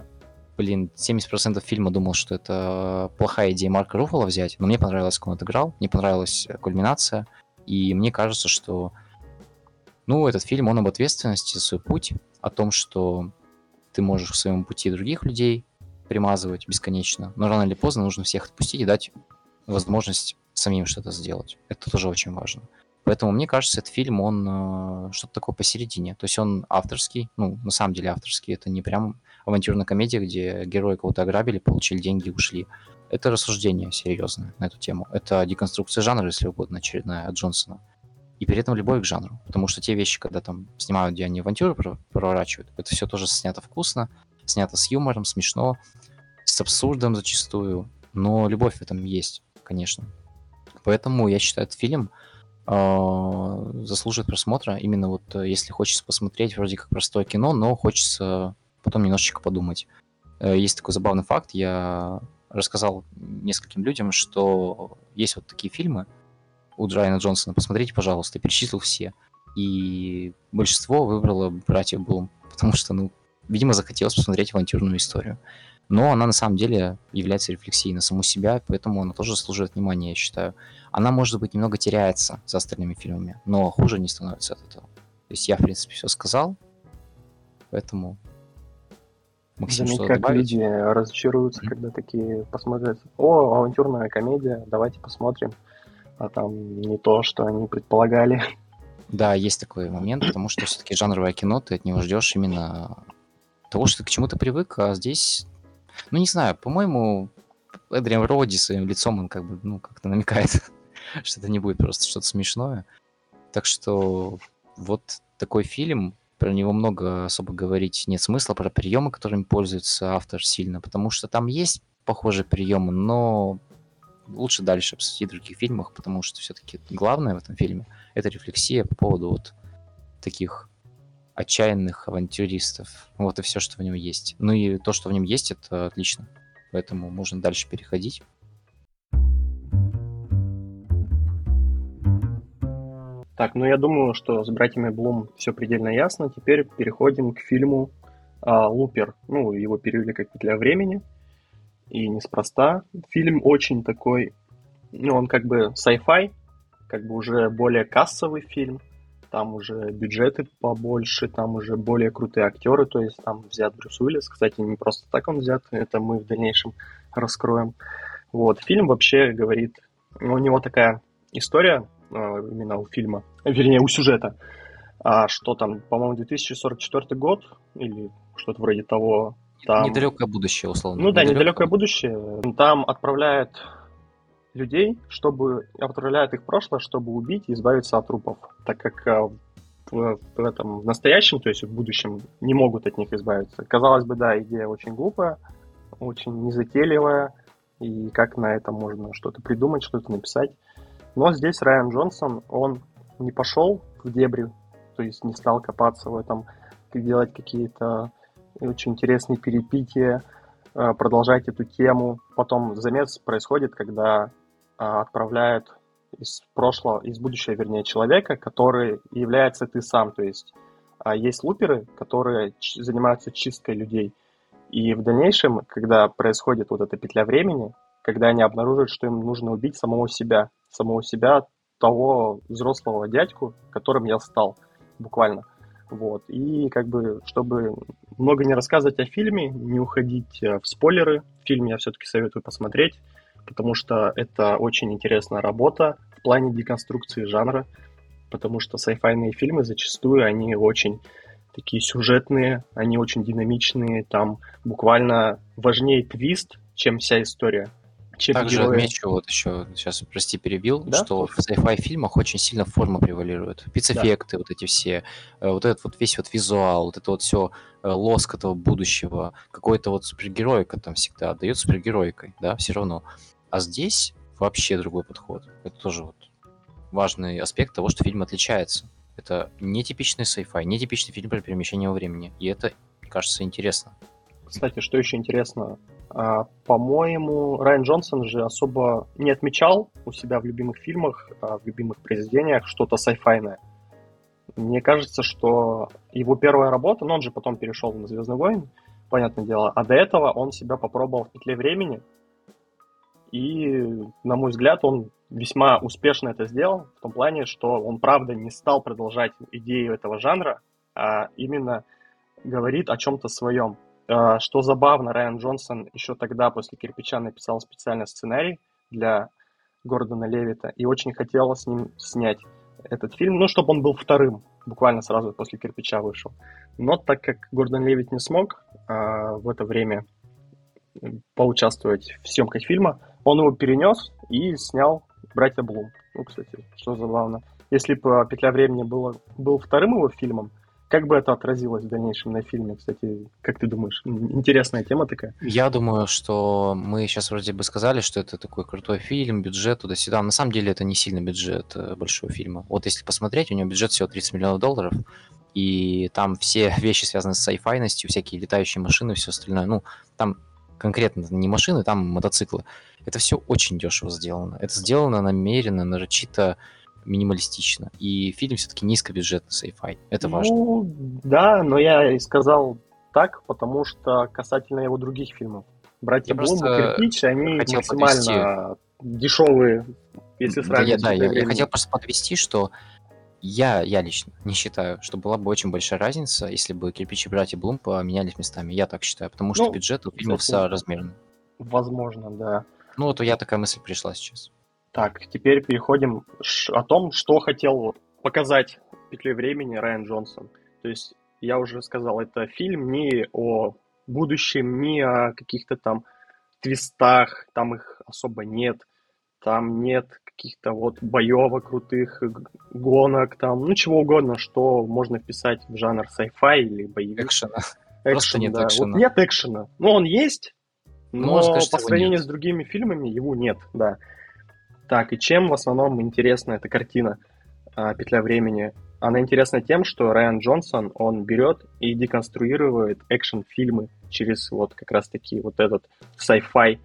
70% фильма думал, что это плохая идея Марка Руффало взять, но мне понравилось, как он отыграл, мне понравилась кульминация, и мне кажется, что, ну, этот фильм, он об ответственности за свой путь, о том, что ты можешь в своем пути других людей примазывать бесконечно, но рано или поздно нужно всех отпустить и дать возможность самим что-то сделать. Это тоже очень важно. Поэтому, мне кажется, этот фильм, он что-то такое посередине. То есть он авторский, ну, на самом деле авторский. Это не прям авантюрная комедия, где герои кого-то ограбили, получили деньги и ушли. Это рассуждение серьезное на эту тему. Это деконструкция жанра, если угодно, очередная от Джонсона. И при этом любовь к жанру. Потому что те вещи, когда там снимают, где они авантюры проворачивают, это все тоже снято вкусно, снято с юмором, смешно, с абсурдом зачастую. Но любовь в этом есть, конечно. Поэтому я считаю, этот фильм заслуживает просмотра. Именно вот если хочется посмотреть вроде как простое кино, но хочется потом немножечко подумать. Есть такой забавный факт. Я рассказал нескольким людям, что есть вот такие фильмы у Райана Джонсона. Посмотрите, пожалуйста. Я перечислил все. И большинство выбрало «Братьев Блум», потому что, ну, видимо, захотелось посмотреть авантюрную историю. Но она на самом деле является рефлексией на саму себя, поэтому она тоже заслуживает внимания, я считаю. Она, может быть, немного теряется за остальными фильмами, но хуже не становится от этого. То есть я, в принципе, все сказал, поэтому... Максим, Заметь, что как добавить? люди разочаруются, когда такие посмотрят: о, авантюрная комедия, давайте посмотрим. А там не то, что они предполагали. Да, есть такой момент, потому что все-таки жанровое кино, ты от него ждешь именно того, что ты к чему-то привык, а здесь, ну, не знаю, по-моему, Эдриан Броуди своим лицом, он как бы, ну, как-то намекает, что это не будет просто что-то смешное. Так что вот такой фильм, про него много особо говорить нет смысла, про приемы, которыми пользуется автор сильно, потому что там есть похожие приемы, но лучше дальше обсудить в других фильмах, потому что все-таки главное в этом фильме — это рефлексия по поводу вот таких отчаянных авантюристов. Вот и все, что в нем есть. Ну и то, что в нем есть, это отлично. Поэтому можно дальше переходить. Так, ну я думаю, что с братьями Блум все предельно ясно. Теперь переходим к фильму «Лупер». Ну, его перевели как «Петля времени». И неспроста. Фильм очень такой, ну, он как бы sci-fi, как бы уже более кассовый фильм. Там уже бюджеты побольше, там уже более крутые актеры, то есть там взят Брюс Уиллис. Кстати, не просто так он взят, это мы в дальнейшем раскроем. Вот, фильм вообще говорит, ну, у него такая история, именно у фильма, вернее, у сюжета, что там, по-моему, 2044 год или что-то вроде того, там, Недалекое будущее, условно. ну да, недалекое будущее, там отправляют людей, чтобы отправляют их в прошлое, чтобы убить и избавиться от трупов, так как в настоящем, то есть в будущем, не могут от них избавиться. Казалось бы, да, идея очень глупая, очень незатейливая, и как на этом можно что-то придумать, что-то написать. Но здесь Райан Джонсон, он не пошел в дебри, то есть не стал копаться в этом, делать какие-то очень интересные перипетии, продолжать эту тему. Потом замес происходит, когда отправляют из прошлого, из будущего, вернее, человека, который является ты сам. То есть есть луперы, которые занимаются чисткой людей. И в дальнейшем, когда происходит вот эта петля времени, когда они обнаруживают, что им нужно убить самого себя, того взрослого дядьку, которым я стал, буквально. Вот. И как бы, чтобы много не рассказывать о фильме, не уходить в спойлеры, фильм я все-таки советую посмотреть, потому что это очень интересная работа в плане деконструкции жанра, потому что sci-fi фильмы зачастую, они очень такие сюжетные, они очень динамичные, там буквально важнее твист, чем вся история, чем Также герои. отмечу вот еще, сейчас, прости, перебил, Да, что в слушай? sci-fi фильмах очень сильно форма превалирует. Да. Спецэффекты вот эти все, вот этот вот весь вот визуал, вот это вот все лоск этого будущего, какой-то вот супергероика там всегда отдает супергероикой, да, все равно. А здесь вообще другой подход. Это тоже вот важный аспект того, что фильм отличается. Это нетипичный sci-fi, нетипичный фильм про перемещение во времени. И это, мне кажется, интересно. Кстати, что еще интересно, по-моему, Райан Джонсон же особо не отмечал у себя в любимых фильмах, в любимых произведениях что-то sci-fi. Мне кажется, что его первая работа, ну он же потом перешел на «Звездные войны», понятное дело, а до этого он себя попробовал в «Петле времени», и, на мой взгляд, он весьма успешно это сделал, в том плане, что он, правда, не стал продолжать идею этого жанра, а именно говорит о чем-то своем. Что забавно, Райан Джонсон еще тогда после «Кирпича» написал специально сценарий для Гордона Левита и очень хотел с ним снять этот фильм, ну, чтобы он был вторым, буквально сразу после «Кирпича» вышел. Но так как Гордон Левит не смог в это время поучаствовать в съемках фильма, он его перенес и снял «Братья Блум». Ну, кстати, что забавно. Если бы «Петля времени» был вторым его фильмом, как бы это отразилось в дальнейшем на фильме, кстати, как ты думаешь? Интересная тема такая. Я думаю, что мы сейчас вроде бы сказали, что это такой крутой фильм, бюджет туда-сюда. На самом деле это не сильно бюджет большого фильма. Вот если посмотреть, у него бюджет всего $30 миллионов, и там все вещи связаны с сайфайностью, всякие летающие машины, все остальное. Ну, там конкретно не машины, там мотоциклы. Это все очень дешево сделано. Это сделано намеренно, нарочито, минималистично. И фильм все-таки низкобюджетный sci-fi. Это важно. Ну, да, но я и сказал так, потому что касательно его других фильмов. «Братья Я Блум» и просто «Кирпич», они хотел подвести. максимально дешевые, если сравнивать с «Петлей Я хотел времени». просто подвести, что я лично не считаю, что была бы очень большая разница, если бы «Кирпич» и «Братья Блум» поменялись местами. Я так считаю, потому что Ну, бюджет у фильмов кстати, соразмерный. возможно, да. Ну, вот я такая мысль пришла сейчас. Так, теперь переходим о том, что хотел вот показать в «Петле времени» Райан Джонсон. То есть, я уже сказал, это фильм не о будущем, не о каких-то там твистах, там их особо нет. Там нет каких-то вот боевок крутых, гонок там, ну чего угодно, что можно вписать в жанр sci-fi или боевик. Экшена. Просто Экшен, нет да. Вот экшена. нет экшена. Ну, он есть, Ну, можно но сказать, по что его сравнению нет. с другими фильмами его нет, да. Так, и чем в основном интересна эта картина «Петля времени»? Она интересна тем, что Райан Джонсон, он берет и деконструирует экшн-фильмы через вот как раз-таки вот этот sci-fi.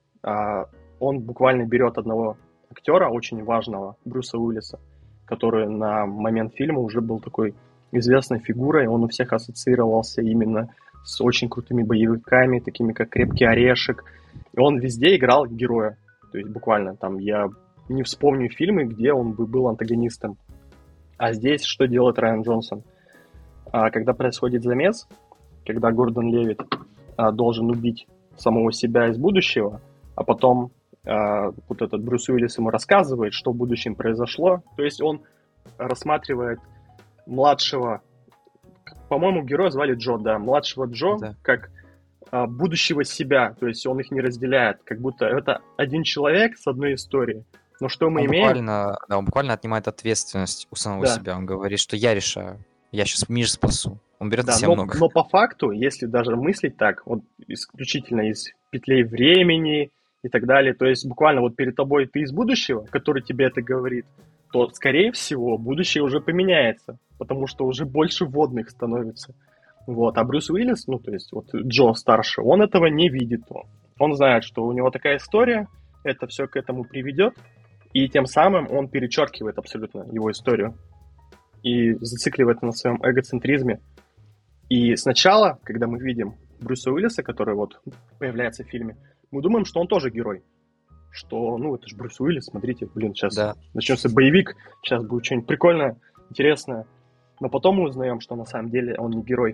Он буквально берет одного актера, очень важного, Брюса Уиллиса, который на момент фильма уже был такой известной фигурой, он у всех ассоциировался именно с очень крутыми боевиками, такими как «Крепкий орешек». И он везде играл героя. То есть буквально там я не вспомню фильмы, где он бы был антагонистом. А здесь что делает Райан Джонсон? Когда происходит замес, когда Гордон Левитт должен убить самого себя из будущего, а потом вот этот Брюс Уиллис ему рассказывает, что в будущем произошло. То есть он рассматривает младшего, по-моему, героя звали Джо, да, младшего Джо, Да. как будущего себя. То есть он их не разделяет, как будто это один человек с одной историей. Но что мы имеем? Он буквально отнимает ответственность у самого Да. себя. Он говорит, что я решаю. Я сейчас мир спасу. Он берет на Да, себя много. но по факту, если даже мыслить так, вот исключительно из петлей времени и так далее, то есть буквально вот перед тобой ты из будущего, который тебе это говорит, то, скорее всего, будущее уже поменяется, потому что уже больше вводных становится. Вот. А Брюс Уиллис, ну, то есть вот Джо старший, он этого не видит. Он знает, что у него такая история, это все к этому приведет, и тем самым он перечеркивает абсолютно его историю и зацикливает на своем эгоцентризме. И сначала, когда мы видим Брюса Уиллиса, который вот появляется в фильме, мы думаем, что он тоже герой. Что, ну, это же Брюс Уиллис, смотрите, блин, сейчас Да. начнется боевик, сейчас будет что-нибудь прикольное, интересное. Но потом мы узнаем, что на самом деле он не герой.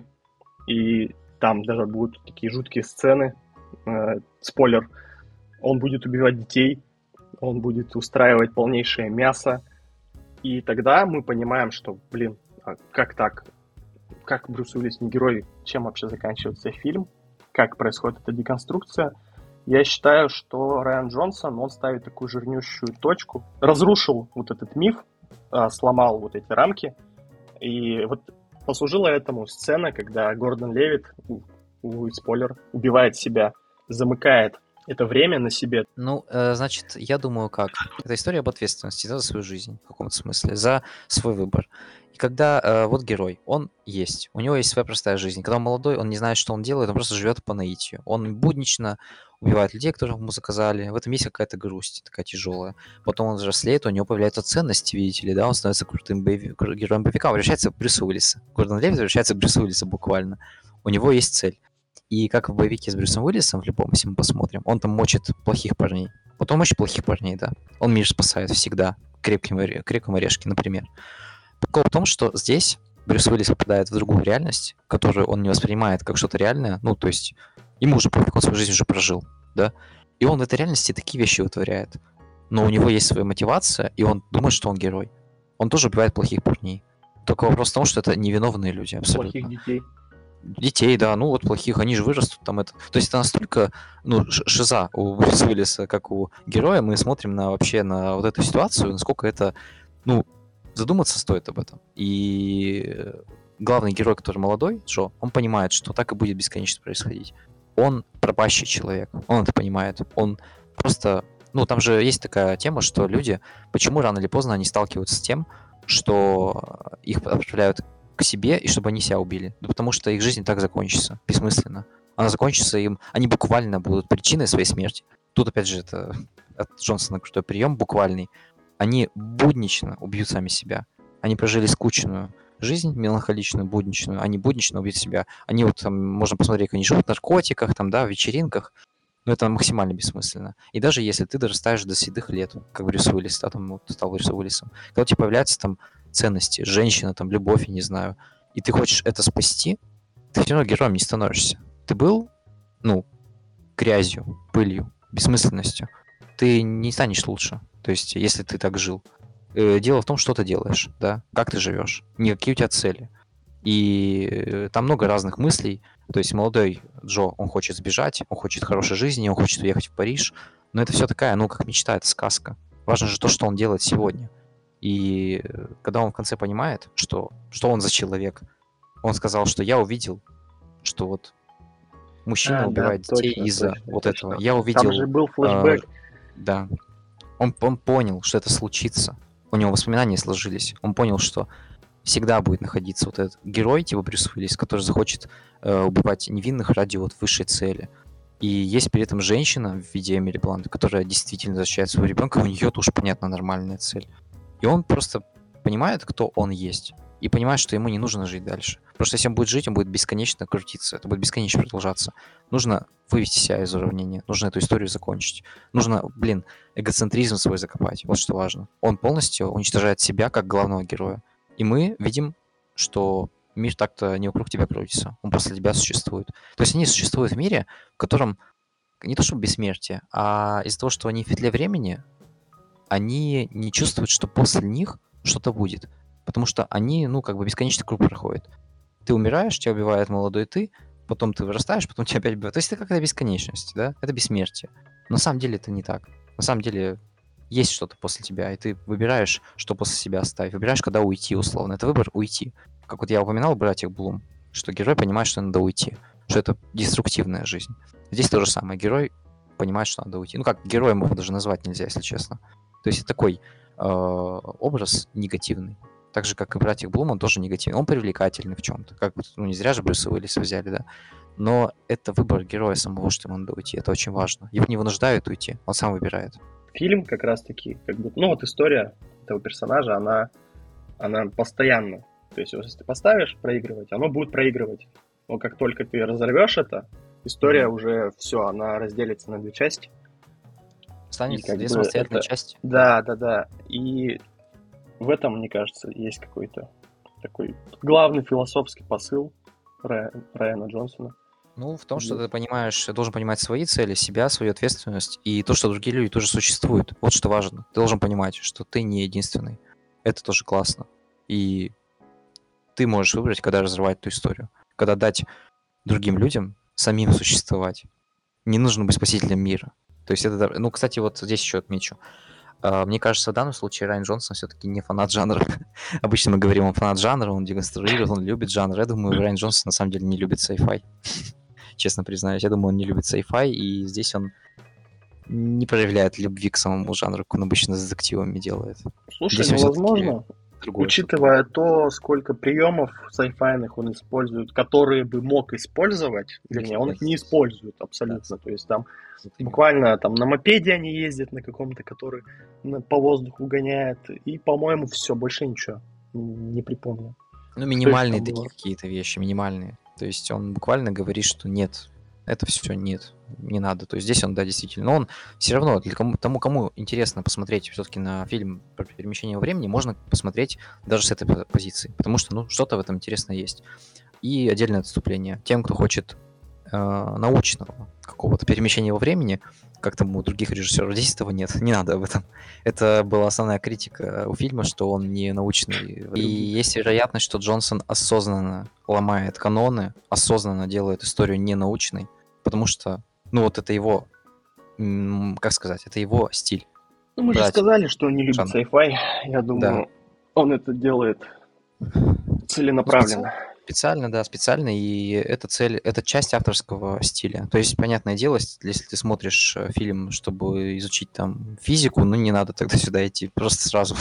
И там даже будут такие жуткие сцены. Спойлер. Он будет убивать детей, он будет устраивать полнейшее мясо. И тогда мы понимаем, что, блин, как так? Как Брюс Уиллис не герой? Чем вообще заканчивается фильм? Как происходит эта деконструкция? Я считаю, что Райан Джонсон, он ставит такую жирнющую точку, разрушил вот этот миф, сломал вот эти рамки. И вот послужила этому сцена, когда Гордон Левитт, спойлер, убивает себя, замыкает это время на себе. Ну, значит, я думаю, как? Это история об ответственности за свою жизнь, в каком-то смысле, за свой выбор. И когда вот герой, он есть, у него есть своя простая жизнь. Когда он молодой, он не знает, что он делает, он просто живет по наитию. Он буднично убивает людей, которых ему заказали. В этом есть какая-то грусть, такая тяжелая. Потом он взрослеет, у него появляются ценности, видите ли, да, он становится крутым героем боевика, он возвращается к Брюсу Уиллису. Гордон Левитт возвращается к Брюсу Уиллису буквально. У него есть цель. И как в боевике с Брюсом Уиллисом, в любом, если мы посмотрим, он там мочит плохих парней. Вот он мочит плохих парней, да. Он мир спасает всегда. Крепким орешке, например. Прикол в том, что здесь Брюс Уиллис попадает в другую реальность, которую он не воспринимает как что-то реальное. Ну, то есть ему уже пофиг, он свою жизнь уже прожил, да. И он в этой реальности такие вещи вытворяет. Но у него есть своя мотивация, и он думает, что он герой. Он тоже убивает плохих парней. Только вопрос в том, что это невиновные люди, абсолютно. Плохих детей. Детей, да, ну вот плохих, они же вырастут там это. То есть это настолько, ну, шиза у Брюса Уиллиса, как у героя, мы смотрим на вообще на вот эту ситуацию, насколько это, ну, задуматься стоит об этом. И главный герой, который молодой, Джо, он понимает, что так и будет бесконечно происходить. Он пропащий человек, он это понимает, он просто, ну, там же есть такая тема, что люди, почему рано или поздно они сталкиваются с тем, что их отправляют к себе, и чтобы они себя убили. Да потому что их жизнь так закончится, бессмысленно. Она закончится им, они буквально будут причиной своей смерти. Тут, опять же, это от Джонсона крутой прием, буквальный. Они буднично убьют сами себя. Они прожили скучную жизнь, меланхоличную, будничную. Они буднично убьют себя. Они вот там, можно посмотреть, как они живут в наркотиках, там, да, в вечеринках. Но это максимально бессмысленно. И даже если ты дорастаешь до седых лет, как Брюс Уиллис, да, там вот, стал Брюсом Уиллисом, когда у тебя появляются там ценности, женщина, там, любовь, я не знаю, и ты хочешь это спасти, ты все равно героем не становишься. Ты был, ну, грязью, пылью, бессмысленностью. Ты не станешь лучше. То есть, если ты так жил. Дело в том, что ты делаешь, да, как ты живешь, не какие у тебя цели. И там много разных мыслей. То есть молодой Джо, он хочет сбежать, он хочет хорошей жизни, он хочет уехать в Париж. Но это все такая, ну, как мечта, это сказка. Важно же то, что он делает сегодня. И когда он в конце понимает, что он за человек, он сказал, что я увидел, что вот мужчина Да, убивает детей точно, из-за точно, вот этого. точно. Я Там же увидел, был э, флешбэк. да, он понял, что это случится. У него воспоминания сложились. Он понял, что всегда будет находиться вот этот герой, типа Брюс Уиллис, который захочет убивать невинных ради вот высшей цели. И есть при этом женщина в виде Эмили Блант, которая действительно защищает своего ребенка, у нее тоже, понятно, нормальная цель. И он просто понимает, кто он есть, и понимает, что ему не нужно жить дальше. Потому что если он будет жить, он будет бесконечно крутиться, это будет бесконечно продолжаться. Нужно вывести себя из уравнения, нужно эту историю закончить. Нужно, эгоцентризм свой закопать, вот что важно. Он полностью уничтожает себя как главного героя. И мы видим, что мир так-то не вокруг тебя крутится, он после тебя существует. То есть они существуют в мире, в котором не то чтобы бессмертие, а из-за того, что они в петле времени, они не чувствуют, что после них что-то будет. Потому что они, как бы бесконечный круг проходят. Ты умираешь, тебя убивает молодой ты, потом ты вырастаешь, потом тебя опять убивают. То есть это какая-то бесконечность, да? Это бессмертие. Но на самом деле это не так. На самом деле есть что-то после тебя, и ты выбираешь, что после себя оставить. Выбираешь, когда уйти, условно. Это выбор уйти. Как вот я упоминал в «Братьях Блум», что герой понимает, что надо уйти, что это деструктивная жизнь. Здесь то же самое. Герой понимает, что надо уйти. Как героем его даже назвать нельзя, если честно. То есть это такой образ негативный. Так же, как и «Братьях Блум», он тоже негативный. Он привлекательный в чем-то. Как не зря же Брюса Уиллиса взяли, да? Но это выбор героя самого, что ему надо уйти. Это очень важно. Его не вынуждают уйти, он сам выбирает. Фильм как раз-таки, вот история этого персонажа, она постоянно. То есть, если ты поставишь проигрывать, оно будет проигрывать. Но как только ты разорвешь это, история уже все, она разделится на две части. Станет две самостоятельные части. Да. И в этом, мне кажется, есть какой-то такой главный философский посыл Райана Джонсона. В том, что ты понимаешь, ты должен понимать свои цели, себя, свою ответственность, и то, что другие люди тоже существуют. Вот что важно. Ты должен понимать, что ты не единственный. Это тоже классно. И ты можешь выбрать, когда разрывать эту историю. Когда дать другим людям самим существовать. Не нужно быть спасителем мира. То есть это... кстати, вот здесь еще отмечу. Мне кажется, в данном случае Райан Джонсон все-таки не фанат жанра. Обычно мы говорим, он фанат жанра, он дегонструирует, он любит жанр. Я думаю, Райан Джонсон на самом деле не любит sci-fi. Честно признаюсь. Я думаю, он не любит sci-fi, и здесь он не проявляет любви к самому жанру, как он обычно с детективами делает. Слушай, здесь возможно, учитывая то, сколько приемов sci-fi он использует, которые бы мог использовать, вернее, он их не использует абсолютно. То есть там буквально на мопеде они ездят на каком-то, который по воздуху гоняет, и, по-моему, все, больше ничего не припомню. Минимальные такие какие-то вещи, минимальные. То есть он буквально говорит, что нет, это все нет, не надо. То есть здесь он, да, действительно. Но он все равно, кому интересно посмотреть все-таки на фильм про перемещение во времени, можно посмотреть даже с этой позиции. Потому что, что-то в этом интересное есть. И отдельное отступление. Тем, кто хочет научного какого-то перемещения во времени, как там у других режиссеров, здесь этого нет, не надо об этом. Это была основная критика у фильма, что он не научный. И есть вероятность, что Джонсон осознанно ломает каноны, осознанно делает историю не научной, потому что, это его, как сказать, это его стиль. Мы же сказали, что он не любит sci-fi. Я думаю, он это делает целенаправленно. Специально, и это часть авторского стиля. То есть, понятное дело, если ты смотришь фильм, чтобы изучить там физику, не надо тогда сюда идти, просто сразу.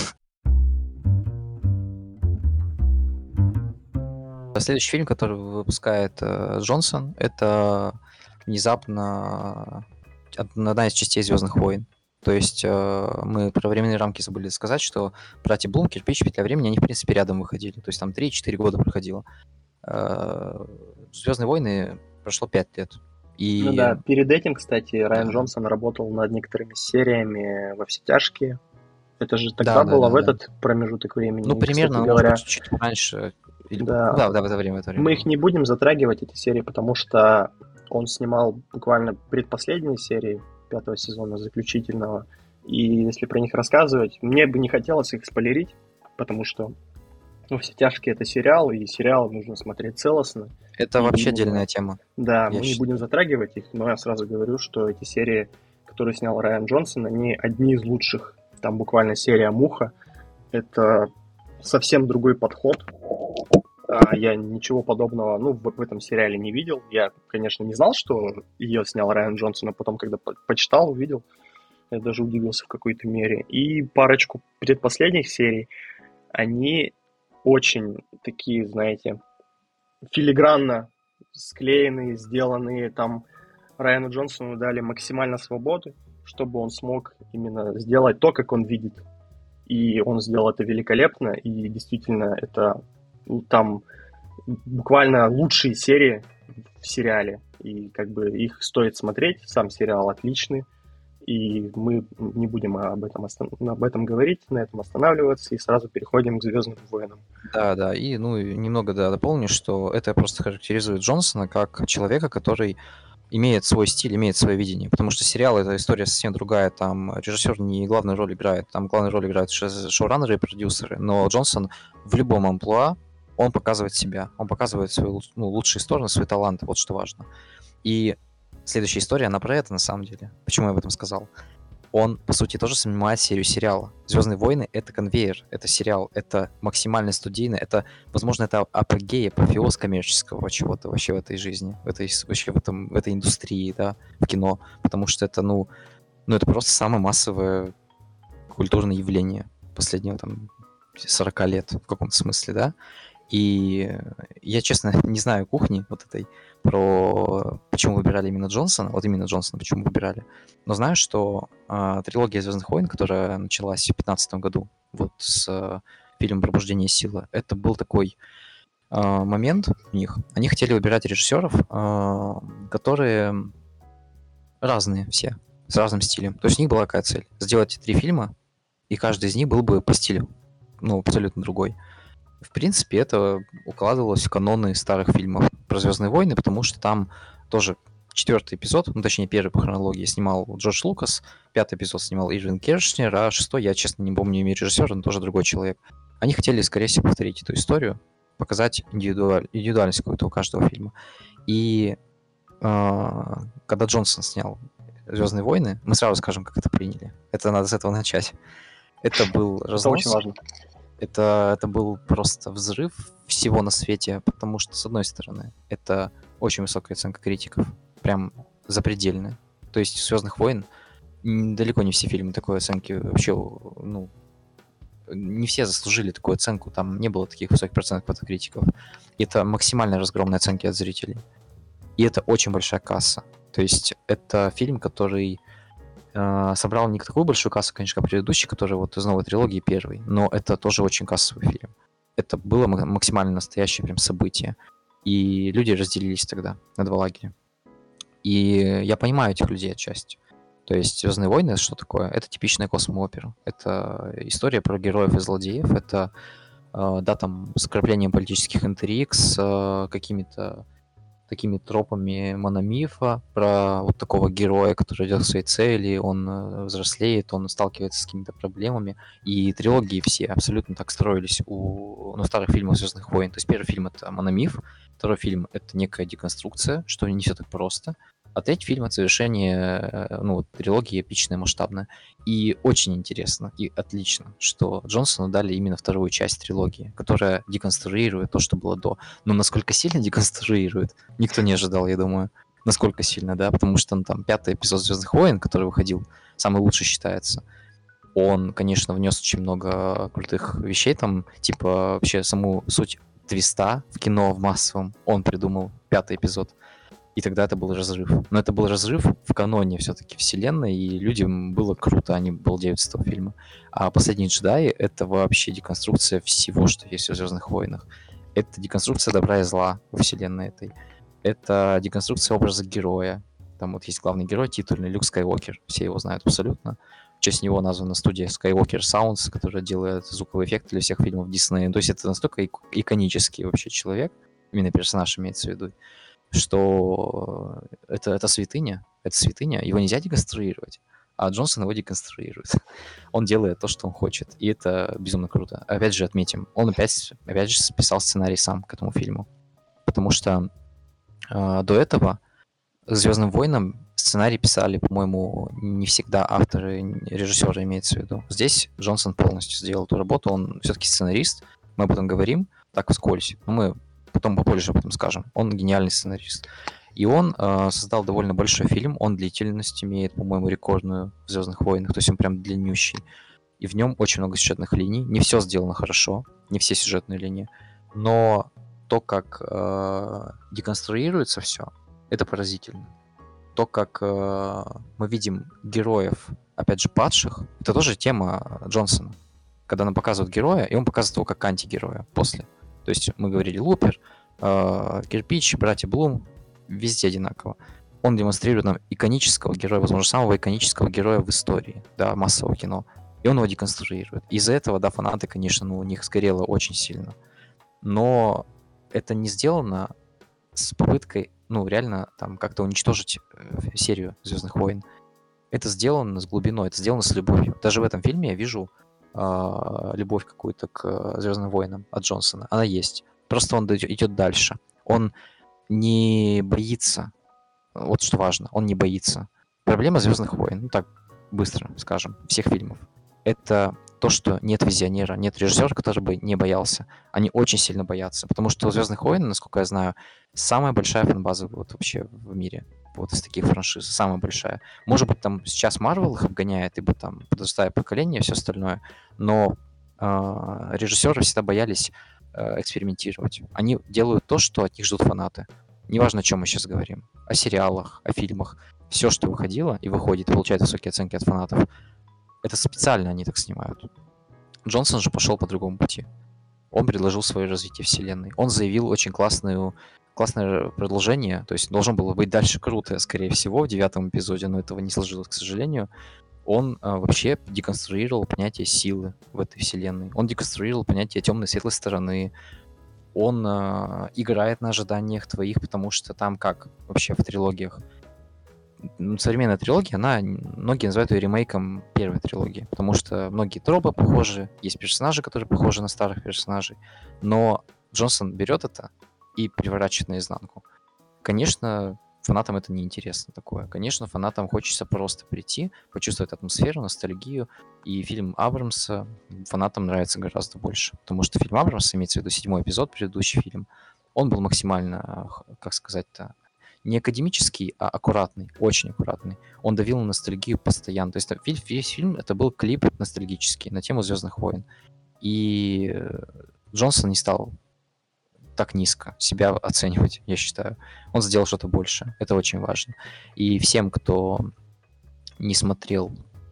Следующий фильм, который выпускает Джонсон, это внезапно одна из частей «Звездных войн». То есть мы про временные рамки забыли сказать, что «Братья Блум», «Кирпич», «Петля времени», они, в принципе, рядом выходили. То есть там 3-4 года проходило. «Звездные войны» прошло 5 лет. И... перед этим, кстати, Райан Джонсон работал над некоторыми сериями «Во все тяжкие». Это же тогда было в этот промежуток времени. Примерно, кстати говоря, чуть раньше. в это время. Мы их не будем затрагивать, эти серии, потому что он снимал буквально предпоследние серии 5-го сезона, заключительного. И если про них рассказывать, мне бы не хотелось их спойлерить, потому что «Во все тяжкие» — это сериал, и сериал нужно смотреть целостно. Это вообще отдельная тема. Да, мы не будем затрагивать их, но я сразу говорю, что эти серии, которые снял Райан Джонсон, они одни из лучших там буквально серия «Муха». Это совсем другой подход. Я ничего подобного, в этом сериале не видел. Я, конечно, не знал, что ее снял Райан Джонсон, а потом, когда почитал, увидел, я даже удивился в какой-то мере. И парочку предпоследних серий, они очень такие, знаете, филигранно склеенные, сделанные. Там Райану Джонсону дали максимально свободы, чтобы он смог именно сделать то, как он видит. И он сделал это великолепно, и действительно это там буквально лучшие серии в сериале, и как бы их стоит смотреть, сам сериал отличный, и мы не будем об этом говорить, на этом останавливаться, и сразу переходим к «Звездным войнам». Да, и немного дополню, что это просто характеризует Джонсона как человека, который имеет свой стиль, имеет свое видение, потому что сериал — это история совсем другая, там режиссер не главную роль играет, там главную роль играют шоураннеры и продюсеры, но Джонсон в любом амплуа, он показывает себя, он показывает свои лучшие стороны, свои таланты, вот что важно. И следующая история, она про это на самом деле. Почему я об этом сказал? Он, по сути, тоже снимает серию сериала. «Звездные войны» — это конвейер, это сериал, это максимально студийно, это, возможно, это апогей, апофеоз коммерческого чего-то вообще в этой жизни, в этой индустрии, да, в кино, потому что это, это просто самое массовое культурное явление последнего, 40 лет в каком-то смысле, да. И я, честно, не знаю кухни вот этой, про почему выбирали именно Джонсона, почему выбирали. Но знаю, что трилогия «Звездных войн», которая началась в 2015 году, вот с фильмом «Пробуждение силы», это был такой момент у них. Они хотели выбирать режиссеров, которые разные все, с разным стилем. То есть у них была какая цель? Сделать 3 фильма, и каждый из них был бы по стилю, абсолютно другой. В принципе, это укладывалось в каноны старых фильмов про «Звездные войны», потому что там тоже 4-й эпизод, точнее, первый по хронологии снимал Джордж Лукас, 5-й эпизод снимал Ирвин Кершнер, а 6-й, я, честно, не помню имя режиссера, но тоже другой человек. Они хотели, скорее всего, повторить эту историю, показать индивидуальность какую-то у каждого фильма. И когда Джонсон снял «Звездные войны», мы сразу скажем, как это приняли. Это надо с этого начать. Это был разнос. Это очень важно. Это был просто взрыв всего на свете, потому что, с одной стороны, это очень высокая оценка критиков, прям запредельная. То есть «Звездных войн» далеко не все фильмы такой оценки вообще, не все заслужили такую оценку, там не было таких высоких процентов от критиков. И это максимально разгромные оценки от зрителей. И это очень большая касса. То есть это фильм, который собрал не такую большую кассу, конечно, как предыдущий, который вот из новой трилогии первый, но это тоже очень кассовый фильм. Это было максимально настоящее прям событие. И люди разделились тогда на 2 лагеря. И я понимаю этих людей отчасти. То есть «Звездные войны» — это что такое? Это типичная космо-опера. Это история про героев и злодеев. Это, с вкраплением политических интриг, с какими-то такими тропами мономифа, про вот такого героя, который идет к своей цели, он взрослеет, он сталкивается с какими-то проблемами. И трилогии все абсолютно так строились у старых фильмов «Звездных войн». То есть первый фильм — это мономиф, второй фильм — это некая деконструкция, что не все так просто. А третий фильм — это завершение, трилогии эпичная, масштабная. И очень интересно и отлично, что Джонсону дали именно вторую часть трилогии, которая деконструирует то, что было до. Но насколько сильно деконструирует, никто не ожидал, я думаю. Насколько сильно, да, потому что там 5-й эпизод «Звездных войн», который выходил, самый лучший считается. Он, конечно, внес очень много крутых вещей, там, типа вообще саму суть твиста в кино, в массовом, он придумал 5-й эпизод. И тогда это был разрыв. Но это был разрыв в каноне все-таки вселенной, и людям было круто, они балдеют с этого фильма. А «Последний джедай» — это вообще деконструкция всего, что есть в «Звездных войнах». Это деконструкция добра и зла во вселенной этой. Это деконструкция образа героя. Там вот есть главный герой, титульный Люк Скайуокер. Все его знают абсолютно. В честь него названа студия Skywalker Sounds, которая делает звуковые эффекты для всех фильмов Диснея. То есть это настолько иконический вообще человек, именно персонаж имеется в виду, что это святыня, его нельзя деконструировать, а Джонсон его деконструирует. Он делает то, что он хочет, и это безумно круто. Опять же отметим, он опять же писал сценарий сам к этому фильму, потому что до этого «Звездным войнам» сценарий писали, по-моему, не всегда авторы, режиссеры имеется в виду. Здесь Джонсон полностью сделал эту работу, он все-таки сценарист, мы об этом говорим так вскользь, но мы потом попозже об этом скажем. Он гениальный сценарист. И он создал довольно большой фильм, он длительность имеет, по-моему, рекордную в «Звездных войнах», то есть он прям длиннющий. И в нем очень много сюжетных линий. Не все сделано хорошо, не все сюжетные линии, но то, как деконструируется все, это поразительно. То, как мы видим героев, опять же, падших, это тоже тема Джонсона. Когда нам показывают героя, и он показывает его как антигероя после. То есть мы говорили Лупер, Кирпич, Братья Блум, везде одинаково. Он демонстрирует нам иконического героя, возможно, самого иконического героя в истории, да, массового кино. И он его деконструирует. Из-за этого, да, фанаты, конечно, у них сгорело очень сильно. Но это не сделано с попыткой, реально там как-то уничтожить серию «Звездных войн». Это сделано с глубиной, это сделано с любовью. Даже в этом фильме я вижу любовь какую-то к «Звездным войнам» от Джонсона. Она есть. Просто он идет дальше. Он не боится. Вот что важно. Он не боится. Проблема «Звездных войн», так быстро скажем, всех фильмов, это то, что нет визионера, нет режиссера, который бы не боялся. Они очень сильно боятся, потому что у «Звездных войн», насколько я знаю, самая большая фан-база вот вообще в мире. Вот из таких франшиз, самая большая. Может быть, там сейчас Marvel их обгоняет, ибо там подрастает поколение и все остальное, но режиссеры всегда боялись экспериментировать. Они делают то, что от них ждут фанаты. Неважно, о чем мы сейчас говорим. О сериалах, о фильмах. Все, что выходило и выходит, получает высокие оценки от фанатов, это специально они так снимают. Джонсон же пошел по другому пути. Он предложил свое развитие вселенной. Он заявил очень классное продолжение, то есть должно было быть дальше круто, скорее всего, в 9 эпизоде, но этого не сложилось, к сожалению. Он вообще деконструировал понятие силы в этой вселенной. Он деконструировал понятие темной и светлой стороны. Он играет на ожиданиях твоих, потому что там как вообще в трилогиях? Современная трилогия, многие называют ее ремейком первой трилогии, потому что многие тропы похожи, есть персонажи, которые похожи на старых персонажей, но Джонсон берет это и переворачивает наизнанку. Конечно, фанатам это неинтересно такое. Конечно, фанатам хочется просто прийти, почувствовать атмосферу, ностальгию, и фильм Абрамса фанатам нравится гораздо больше, потому что фильм Абрамса, имеется в виду 7 эпизод, предыдущий фильм, он был максимально, как сказать-то, не академический, а аккуратный, очень аккуратный. Он давил на ностальгию постоянно. То есть весь фильм это был клип ностальгический на тему «Звездных войн». И Джонсон не стал так низко себя оценивать, я считаю. Он сделал что-то большее. Это очень важно. И всем, кто не смотрел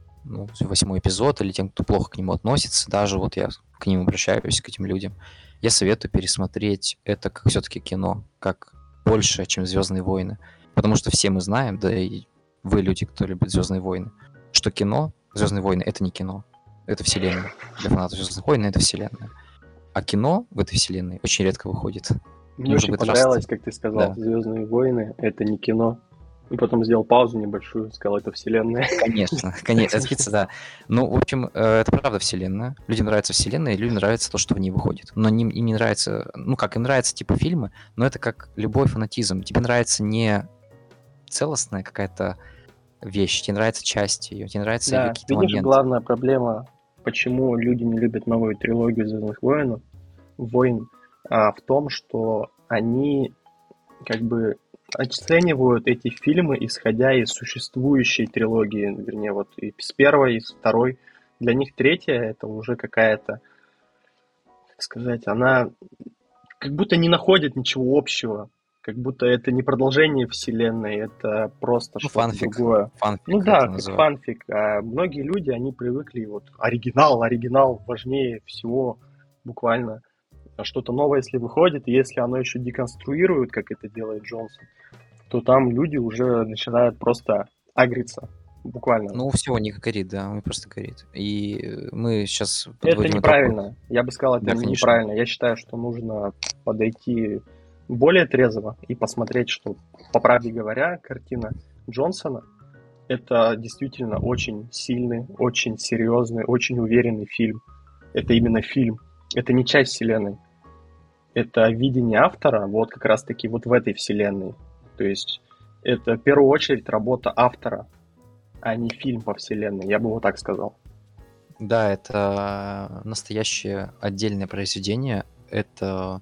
8 эпизод, или тем, кто плохо к нему относится, даже вот я к ним обращаюсь, к этим людям, я советую пересмотреть это как все-таки кино, как больше, чем «Звездные войны». Потому что все мы знаем, да и вы, люди, кто любит «Звездные войны», что кино, «Звездные войны» — это не кино. Это вселенная. Для фанатов «Звездных войн» это вселенная. А кино в этой вселенной очень редко выходит. Мне очень понравилось, как ты сказал, Да. «Звездные войны» — это не кино. И потом сделал паузу небольшую, сказал, это вселенная. Конечно, это да. Ну, в общем, это правда вселенная. Людям нравится вселенная, и людям нравится то, что в ней выходит. Но им не нравится, им нравятся типа фильмы, но это как любой фанатизм. Тебе нравится не целостная какая-то вещь, тебе нравится часть ее, тебе нравятся ее какие-то видишь, моменты. главная проблема, почему люди не любят новую трилогию «Звездных войн», в том, что они как бы оценивают эти фильмы, исходя из существующей трилогии, вернее, вот и с первой, и с второй. Для них третья — это уже какая-то, как сказать, она как будто не находит ничего общего, как будто это не продолжение вселенной, это просто что-то Фанфик. другое. Фанфик Да, это как называют. фанфик. А многие люди, они привыкли, вот оригинал важнее всего, буквально. А что-то новое, если выходит, и если оно еще деконструирует, как это делает Джонсон, то там люди уже начинают просто агриться, буквально. Ну, все, не горит, да, он просто горит. И мы сейчас Это подводим итог. неправильно. Я бы сказал, это Да, конечно. неправильно. Я считаю, что нужно подойти более трезво и посмотреть, что, по правде говоря, картина Джонсона — это действительно очень сильный, очень серьезный, очень уверенный фильм. Это именно фильм. Это не часть вселенной. Это видение автора вот как раз-таки вот в этой вселенной. То есть Это в первую очередь работа автора, а не фильм по вселенной, я бы вот так сказал. Да, это настоящее отдельное произведение. Это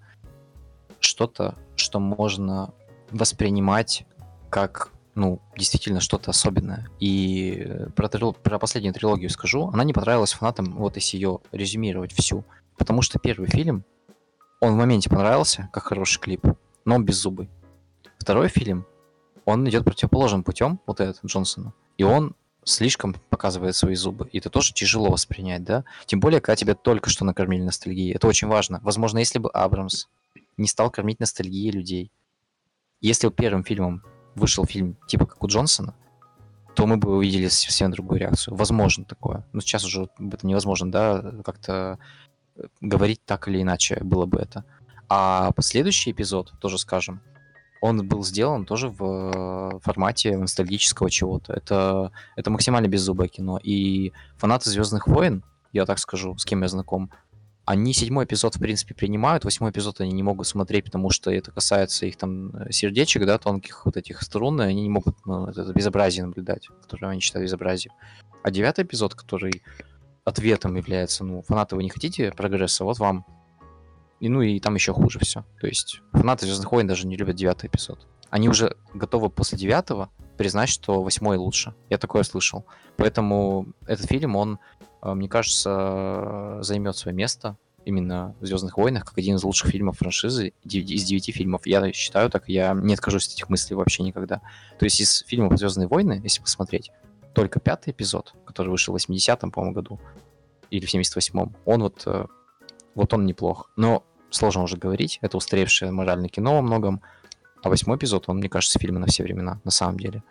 что-то, что можно воспринимать как, ну, действительно что-то особенное. И про последнюю трилогию скажу. Она не понравилась фанатам, вот если ее резюмировать всю. Потому что первый фильм, он в моменте понравился, как хороший клип, но он беззубый. Второй фильм, он идет противоположным путем, вот этот Джонсона, и он слишком показывает свои зубы. И это тоже тяжело воспринять, да? Тем более, когда тебя только что накормили ностальгией. Это очень важно. Возможно, если бы Абрамс не стал кормить ностальгией людей, если бы первым фильмом вышел фильм типа как у Джонсона, то мы бы увидели совсем другую реакцию. Возможно такое. Но сейчас уже это невозможно, да, как-то говорить так или иначе было бы это. А следующий эпизод, тоже скажем, он был сделан тоже в формате ностальгического чего-то. Это максимально беззубое кино. И фанаты «Звездных войн», я так скажу, с кем я знаком, они 7-й эпизод, в принципе, принимают, 8-й эпизод они не могут смотреть, потому что это касается их там сердечек, да, тонких вот этих струн, и они не могут, ну, это безобразие наблюдать, которое они считают безобразием. А 9-й эпизод, который ответом является, ну, фанаты, вы не хотите прогресса, вот вам. И, ну и там еще хуже все. То есть фанаты «Звездных войн» даже не любят 9-й эпизод. Они уже готовы после 9-го признать, что 8-й лучше. Я такое слышал. Поэтому этот фильм, он, мне кажется, займет свое место именно в «Звездных войнах» как один из лучших фильмов франшизы из 9 фильмов. Я считаю так, я не откажусь от этих мыслей вообще никогда. То есть из фильмов «Звездные войны», если посмотреть, только 5-й эпизод, который вышел в 80-м, по-моему, году, или в 78-м, он вот он неплох. Но сложно уже говорить, это устаревшее моральное кино во многом, а 8-й эпизод, он, мне кажется, фильм на все времена, на самом деле.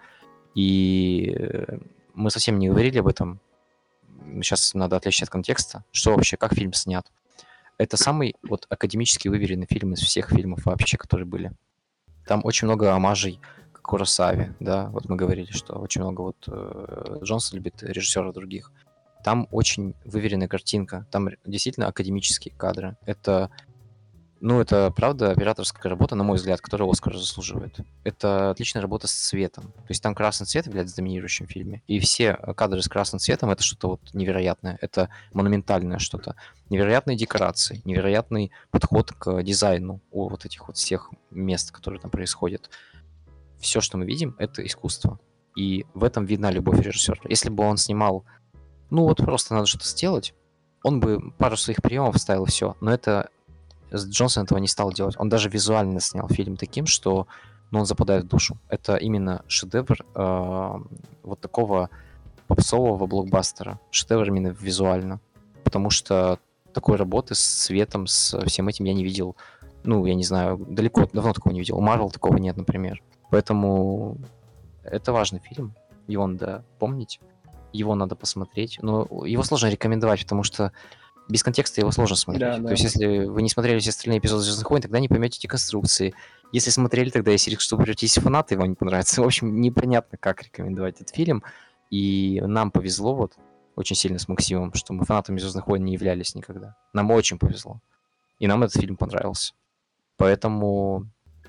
И мы совсем не говорили об этом, сейчас надо отвлечься от контекста, что вообще, как фильм снят. Это самый вот академически выверенный фильм из всех фильмов вообще, которые были. Там очень много омажей к Куросаве, да, вот мы говорили, что очень много вот Джонсон любит режиссеров других. Там очень выверенная картинка, там действительно академические кадры. Это, ну, это правда операторская работа, на мой взгляд, которая Оскар заслуживает. Это отличная работа с цветом. То есть там красный цвет является доминирующим в фильме. И все кадры с красным цветом — это что-то вот невероятное. Это монументальное что-то. Невероятные декорации, невероятный подход к дизайну у вот этих вот всех мест, которые там происходят. Все, что мы видим, это искусство. И в этом видна любовь режиссера. Если бы он снимал, ну вот просто надо что-то сделать, он бы пару своих приемов вставил, и все. Но это Джонсон этого не стал делать. Он даже визуально снял фильм таким, что, ну, он западает в душу. Это именно шедевр вот такого попсового блокбастера. Шедевр именно визуально. Потому что такой работы с цветом, с всем этим я не видел. Ну, я не знаю, далеко, давно такого не видел. У Марвел такого нет, например. Поэтому это важный фильм. Его надо помнить. Его надо посмотреть. Но его сложно рекомендовать, потому что без контекста его сложно смотреть. Да, То да. есть, если вы не смотрели все остальные эпизоды «Звездных войн», тогда не поймете эти конструкции. Если смотрели, тогда есть риск, что вы превратитесь в фаната, и вам не понравится. В общем, непонятно, как рекомендовать этот фильм. И нам повезло вот очень сильно с Максимом, что мы фанатами «Звездных войн» не являлись никогда. Нам очень повезло. И нам этот фильм понравился. Поэтому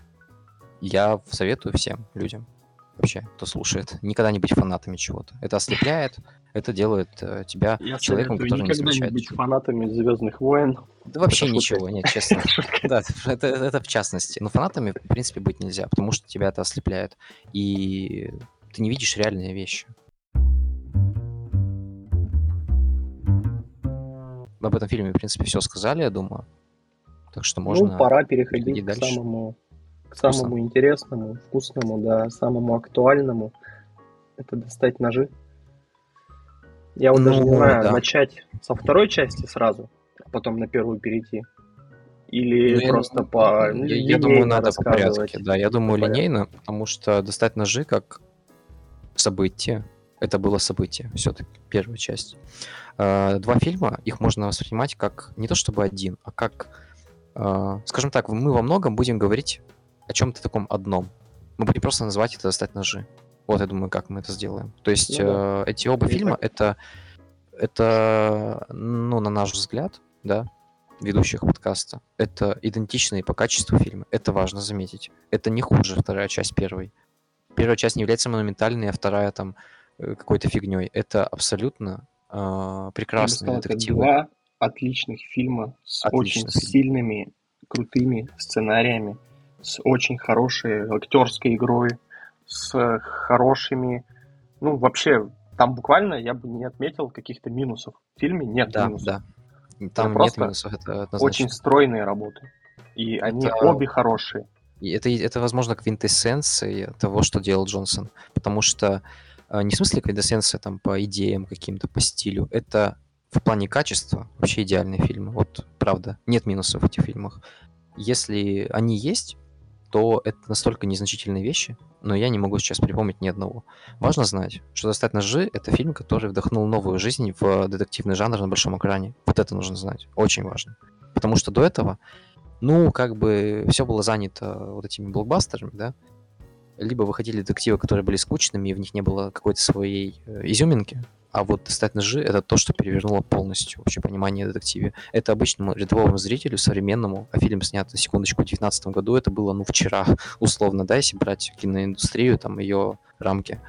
я советую всем людям, вообще, кто слушает, никогда не быть фанатами чего-то. Это ослепляет, это делает тебя Я человеком, советую который не никогда не замечает быть ничего. фанатами «Звездных войн». Да вообще Это шутка. ничего, нет, честно. Да, это в частности. Но фанатами, в принципе, быть нельзя, потому что тебя это ослепляет. И ты не видишь реальные вещи. Об этом фильме, в принципе, все сказали, я думаю. Так что Ну, можно пора переходить переходить к дальше. самому Вкусно. интересному, вкусному, да, самому актуальному. Это достать ножи. Я вот даже не Ну, знаю, да. начать со второй части сразу, а потом на первую перейти. Или Ну, просто по я думаю, линейно надо по рассказывать. порядке. Да, я думаю, По порядку. линейно, потому что достать ножи как событие. Это было событие, все-таки, первая часть. Два фильма, их можно воспринимать как не то чтобы один, а как, скажем так, мы во многом будем говорить о чем-то таком одном. Мы будем просто называть это «Достать ножи». Вот, я думаю, как мы это сделаем. То есть Ну да. эти оба Не фильма, так. это, ну, на наш взгляд, да, ведущих подкаста, это идентичные по качеству фильмы. Это важно заметить. Это не хуже вторая часть первой. первая часть не является монументальной, а вторая там какой-то фигней. Это абсолютно Я бы прекрасные сказал, это детективы. два отличных фильма с очень Отличный фильм. сильными, крутыми сценариями, с очень хорошей актерской игрой, с хорошими... Ну, вообще, там буквально я бы не отметил каких-то минусов. В фильме нет Да, минусов. да. Это Там нет просто минусов, это очень однозначно. стройные работы. И Это, они обе хорошие. это возможно, квинтэссенция того, что делал Джонсон. Потому что не в смысле квинтэссенция там по идеям каким-то, по стилю. Это в плане качества вообще идеальные фильмы. Вот правда. Нет минусов в этих фильмах. Если они есть, то это настолько незначительные вещи, но я не могу сейчас припомнить ни одного. Важно знать, что «Достать ножи» — это фильм, который вдохнул новую жизнь в детективный жанр на большом экране. Вот это нужно знать. Очень важно. Потому что до этого, ну, как бы все было занято вот этими блокбастерами, да, либо выходили детективы, которые были скучными, и в них не было какой-то своей изюминки, а вот «Достать ножи» — это то, что перевернуло полностью вообще понимание о детективе. Это обычному рядовому зрителю, современному, а фильм снят, на секундочку, в 2019 году, это было, ну, вчера, условно, да, если брать киноиндустрию, там, ее рамки.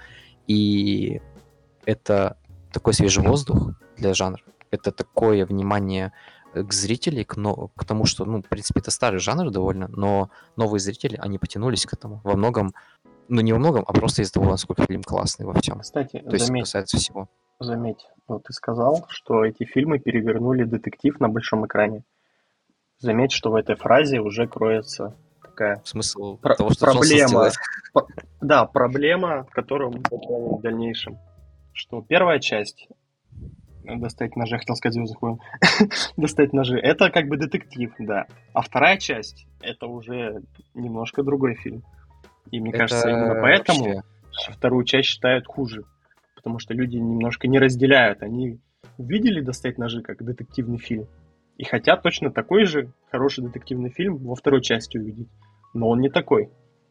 И это такой свежий воздух для жанра, это такое внимание к зрителей, к тому, что, ну, в принципе, это старый жанр довольно, но новые зрители, они потянулись к этому во многом, ну, не во многом, а просто из-за того, насколько фильм классный во всем. Кстати, То есть касается всего. заметь, вот ты сказал, что эти фильмы перевернули детектив на большом экране. Заметь, что в этой фразе уже кроется такая Смысл того, что Джонсон сделает. проблема. Да, проблема, которую мы затронем в дальнейшем. Что первая часть «Достать ножи», хотел сказать «Звездных войн», «Достать ножи» — это как бы детектив, да. А вторая часть — это уже немножко другой фильм. И мне кажется, именно Это поэтому вообще... вторую часть считают хуже. Потому что люди немножко не разделяют. Они увидели «Достать ножи» как детективный фильм и хотят точно такой же хороший детективный фильм во второй части увидеть. Но он не такой.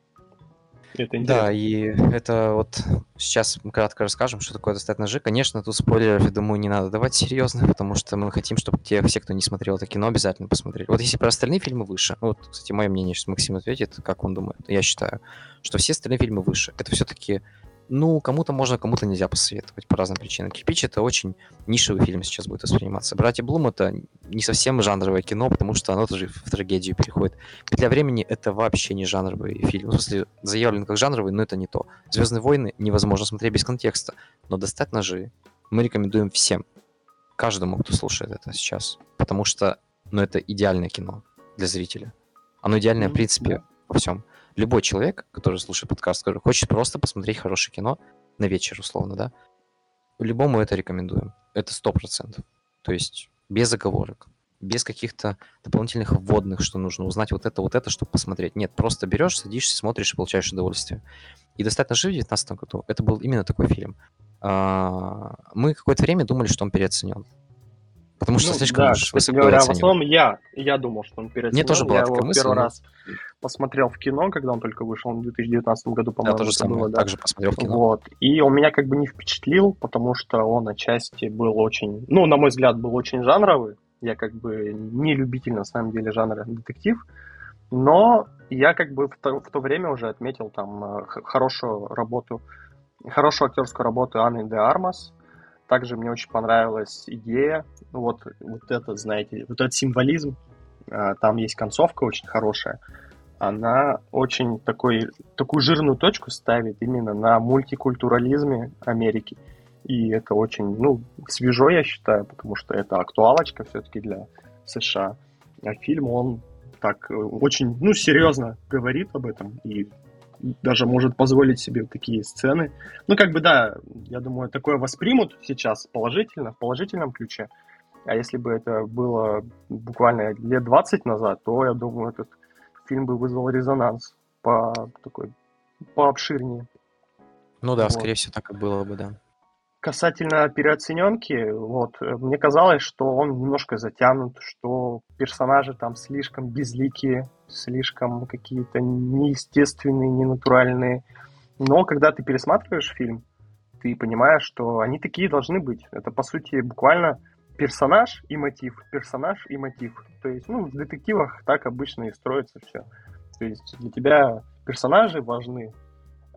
Это Да, интересно. и это вот сейчас мы кратко расскажем, что такое «Достать ножи». Конечно, тут спойлеров, я думаю, не надо давать серьезных, потому что мы хотим, чтобы все, кто не смотрел это кино, обязательно посмотрели. Вот если про остальные фильмы выше, ну, вот, кстати, мое мнение, сейчас Максим ответит, как он думает, я считаю, что все остальные фильмы выше. Это все-таки, ну, кому-то можно, кому-то нельзя посоветовать по разным причинам. «Кирпич» — это очень нишевый фильм сейчас будет восприниматься. «Братья Блум» — это не совсем жанровое кино, потому что оно тоже в трагедию переходит. «Петля времени» — это вообще не жанровый фильм. Ну, в смысле, заявлен как жанровый, но это не то. «Звездные войны» невозможно смотреть без контекста. Но «Достать ножи» мы рекомендуем всем. Каждому, кто слушает это сейчас. Потому что, ну, это идеальное кино для зрителя. Оно идеальное, в принципе, Да. во всем. Любой человек, который слушает подкаст, который хочет просто посмотреть хорошее кино на вечер, условно, да, любому это рекомендуем. Это 100%. То есть без оговорок, без каких-то дополнительных вводных, что нужно узнать вот это, чтобы посмотреть. Нет, просто берешь, садишься, смотришь и получаешь удовольствие. И «Достать ножи» в 2019 году это был именно такой фильм. Мы какое-то время думали, что он переоценен. Потому что Ну слишком да, уж кстати высоко его говоря, в оценивали. основном я думал, что он Мне тоже переоценен. была Я такая его мысль, первый но раз посмотрел в кино, когда он только вышел, в 2019 году, да, то по-моему, же это было, самое. да. Также посмотрел в кино. Вот. И он меня как бы не впечатлил, потому что он отчасти был очень, ну, на мой взгляд, был очень жанровый. Я как бы не любитель, на самом деле, жанра детектив. Но я как бы в то время уже отметил там хорошую актерскую работу Анны де Армас. Также мне очень понравилась идея, вот это, знаете, вот этот символизм, там есть концовка очень хорошая, она очень такую жирную точку ставит именно на мультикультурализме Америки. И это очень, ну, свежо, я считаю, потому что это актуалочка все-таки для США. А фильм, он так очень, ну, серьезно говорит об этом и даже может позволить себе такие сцены. Ну, как бы, да, я думаю, такое воспримут сейчас положительно, в положительном ключе. А если бы это было буквально лет 20 назад, то, я думаю, этот фильм бы вызвал резонанс такой пообширнее. Ну да, Вот. скорее всего, так и было бы, да. Касательно переоцененки, мне казалось, что он немножко затянут, что персонажи там слишком безликие, слишком какие-то неестественные, ненатуральные. Но когда ты пересматриваешь фильм, ты понимаешь, что они такие должны быть. Это, по сути, буквально персонаж и мотив, персонаж и мотив. То есть, ну, в детективах так обычно и строится все. То есть для тебя персонажи важны,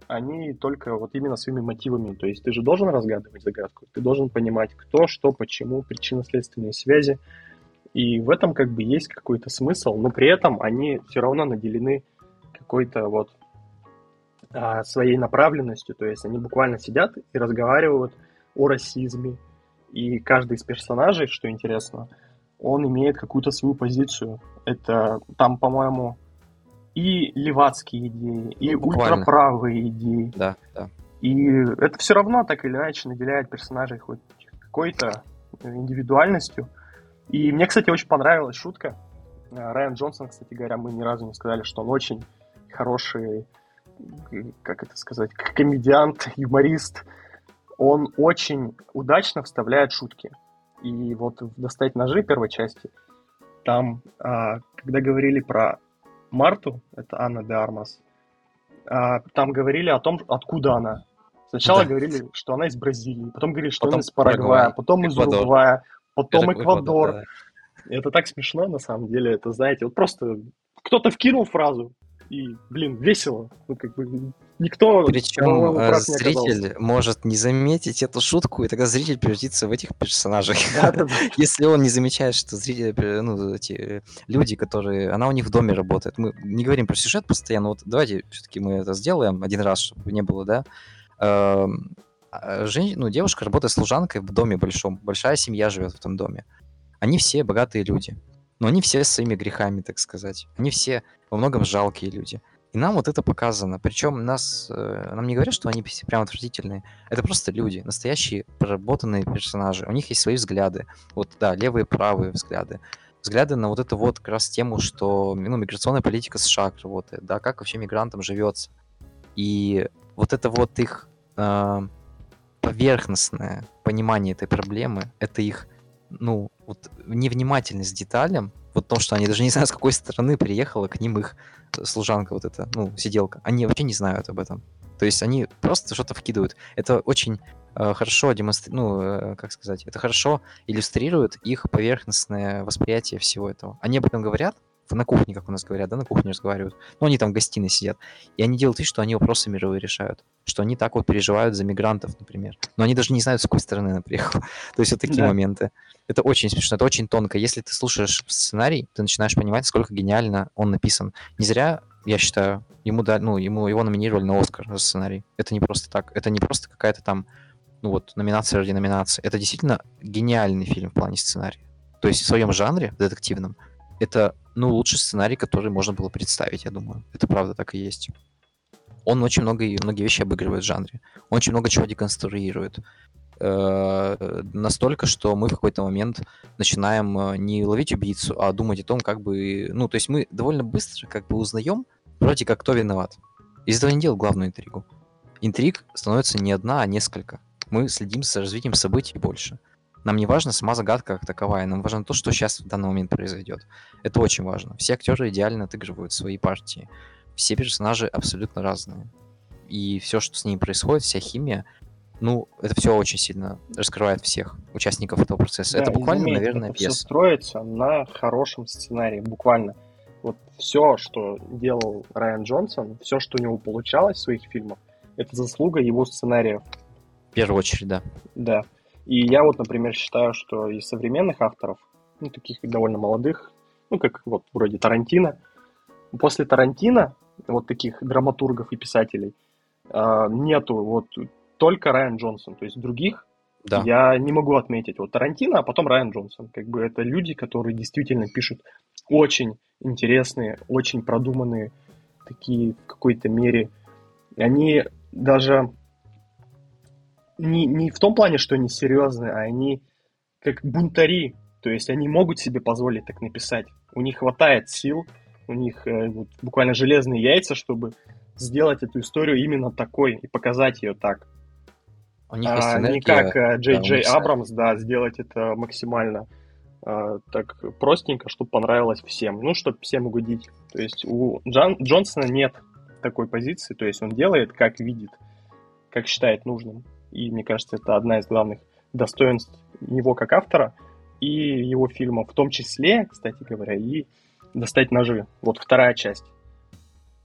они только вот именно своими мотивами. То есть ты же должен разгадывать загадку, ты должен понимать, кто, что, почему, причинно-следственные связи. И в этом как бы есть какой-то смысл, но при этом они все равно наделены какой-то вот своей направленностью. То есть они буквально сидят и разговаривают о расизме. И каждый из персонажей, что интересно, он имеет какую-то свою позицию. Это там, по-моему, и левацкие идеи, и Ну, буквально. ультраправые идеи. Да, да. И это все равно так или иначе наделяет персонажей хоть какой-то индивидуальностью. И мне, кстати, очень понравилась шутка. Райан Джонсон, кстати говоря, мы ни разу не сказали, что он очень хороший, как это сказать, комедиант, юморист. Он очень удачно вставляет шутки. И вот в «Достать ножи» первой части, там, когда говорили про Марту, это Анна де Армас, там говорили о том, откуда она. Сначала Да. говорили, что она из Бразилии, потом говорили, что Потом она из Парагвая, Парагвай, потом из Эквадор. Уругвая, потом Эквадор, Эквадор. да. Это так смешно, на самом деле. Это, знаете, вот просто кто-то вкинул фразу, и, блин, весело. Ну, как бы, никто, Причем по-моему, прав не оказался. зритель может не заметить эту шутку, и тогда зритель превратится в этих персонажей. Да-да-да. Если он не замечает, что зрители, ну, эти люди, которые... Она у них в доме работает. Мы не говорим про сюжет постоянно. Вот давайте все-таки мы это сделаем один раз, чтобы не было, да? Ну, девушка работает служанкой в доме большом. Большая семья живет в этом доме. Они все богатые люди. Но они все с своими грехами, так сказать. Они все во многом жалкие люди. И нам вот это показано. Причем нам не говорят, что они все прям отвратительные. Это просто люди, настоящие проработанные персонажи. У них есть свои взгляды. Вот, да, левые, правые взгляды. Взгляды на вот эту вот как раз тему, что миграционная политика США работает, да, как вообще мигрантам живется. И вот это вот их поверхностное понимание этой проблемы, это их, вот невнимательность к деталям, вот то, что они даже не знают, с какой стороны приехала к ним их служанка вот эта, сиделка. Они вообще не знают об этом. То есть они просто что-то вкидывают. Это очень хорошо это хорошо иллюстрирует их поверхностное восприятие всего этого. Они об этом говорят, на кухне, как у нас говорят, да, на кухне разговаривают. Они там в гостиной сидят. И они делают вид, что они вопросы мировые решают. Что они так вот переживают за мигрантов, например. Но они даже не знают, с какой стороны она приехала. То есть вот такие моменты. Это очень смешно, это очень тонко. Если ты слушаешь сценарий, ты начинаешь понимать, насколько гениально он написан. Не зря, я считаю, его номинировали на Оскар за сценарий. Это не просто так. Это не просто какая-то там, номинация ради номинации. Это действительно гениальный фильм в плане сценария. То есть в своем жанре, детективном, это, лучший сценарий, который можно было представить, я думаю. Это правда так и есть. Он очень многие вещи обыгрывает в жанре. Он очень много чего деконструирует. Настолько, что мы в какой-то момент начинаем не ловить убийцу, а думать о том, как бы... то есть мы довольно быстро как бы узнаем, вроде как, кто виноват. Из этого не делают главную интригу. Интриг становится не одна, а несколько. Мы следим за развитием событий больше. Нам не важна сама загадка как таковая, нам важно то, что сейчас в данный момент произойдет. Это очень важно. Все актеры идеально отыгрывают свои партии. Все персонажи абсолютно разные. И все, что с ними происходит, вся химия, это все очень сильно раскрывает всех участников этого процесса. Да, это буквально, заметь, наверное, это все пьеса. строится на хорошем сценарии, буквально. Вот все, что делал Райан Джонсон, все, что у него получалось в своих фильмах, это заслуга его сценариев. В первую очередь, да. Да. И я вот, например, считаю, что из современных авторов, таких довольно молодых, как вот вроде Тарантино, после Тарантино, вот таких драматургов и писателей, нету вот только Райан Джонсон. То есть других я не могу отметить. Вот Тарантино, а потом Райан Джонсон. Как бы это люди, которые действительно пишут очень интересные, очень продуманные такие в какой-то мере. Они даже не в том плане, что они серьезные, а они как бунтари. То есть они могут себе позволить так написать. У них хватает сил, у них буквально железные яйца, чтобы сделать эту историю именно такой и показать ее так. У них есть энергия. Не как Джей Джей Абрамс, сделать это максимально так простенько, чтобы понравилось всем. Чтобы всем угодить. То есть у Джонсона нет такой позиции, то есть он делает, как видит, как считает нужным. И мне кажется, это одна из главных достоинств его как автора и его фильма, в том числе, кстати говоря, и «Достать ножи». Вот вторая часть.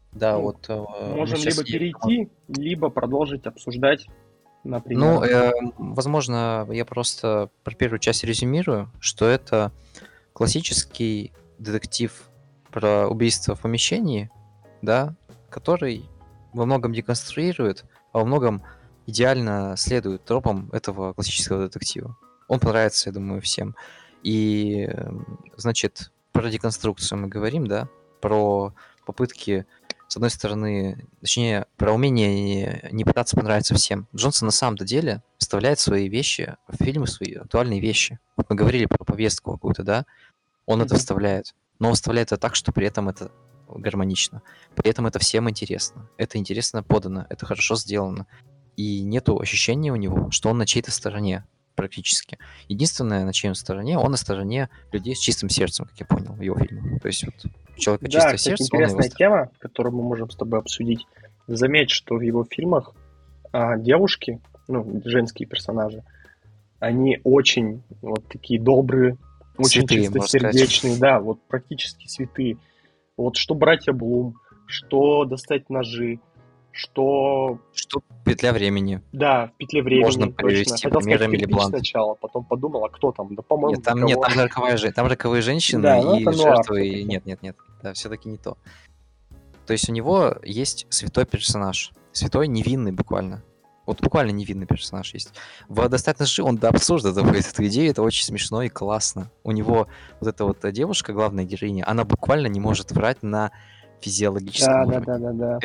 Да, Ну, вот мы можем сейчас... либо перейти, либо продолжить обсуждать на Ну, примерах. возможно, я просто про первую часть резюмирую, что это классический детектив про убийство в помещении, да, который во многом деконструирует, а во многом идеально следует тропам этого классического детектива. Он понравится, я думаю, всем. И, значит, про деконструкцию мы говорим, да, про попытки, с одной стороны, точнее, про умение не пытаться понравиться всем. Джонсон на самом-то деле вставляет свои вещи в фильмы, свои актуальные вещи. Вот мы говорили про повестку какую-то, да, он это Мгм. вставляет. Но он вставляет это так, что при этом это гармонично. При этом это всем интересно. Это интересно подано, это хорошо сделано. И нету ощущения у него, что он на чьей-то стороне практически. Единственное, на чьей он стороне, он на стороне людей с чистым сердцем, как я понял в его фильмах. То есть вот у человека Да, чистое кстати, сердце, он на его интересная стороне. тема, которую мы можем с тобой обсудить. Заметь, что в его фильмах девушки, ну, женские персонажи, они очень вот такие добрые, очень Святые, можно сказать. чистосердечные, да, вот практически святые. Вот что братья Блум, что достать ножи, что, Что петля времени. да, в петле Можно времени, точно. привести Хотел сказать пример Эмили кирпич Блант. сначала, потом подумал, а кто там? Да, по-моему, Нет, никого. там роковые женщины Да, ну это и нуар жертвы. все-таки. Нет. Да, все-таки не то. То есть у него есть святой персонаж. Святой, невинный буквально. Вот буквально невинный персонаж есть. В «Достать ножи» он до абсурда доводит эту идею, это очень смешно и классно. У него вот эта вот девушка, главная героиня, она буквально не может врать на физиологическом Да. уровне.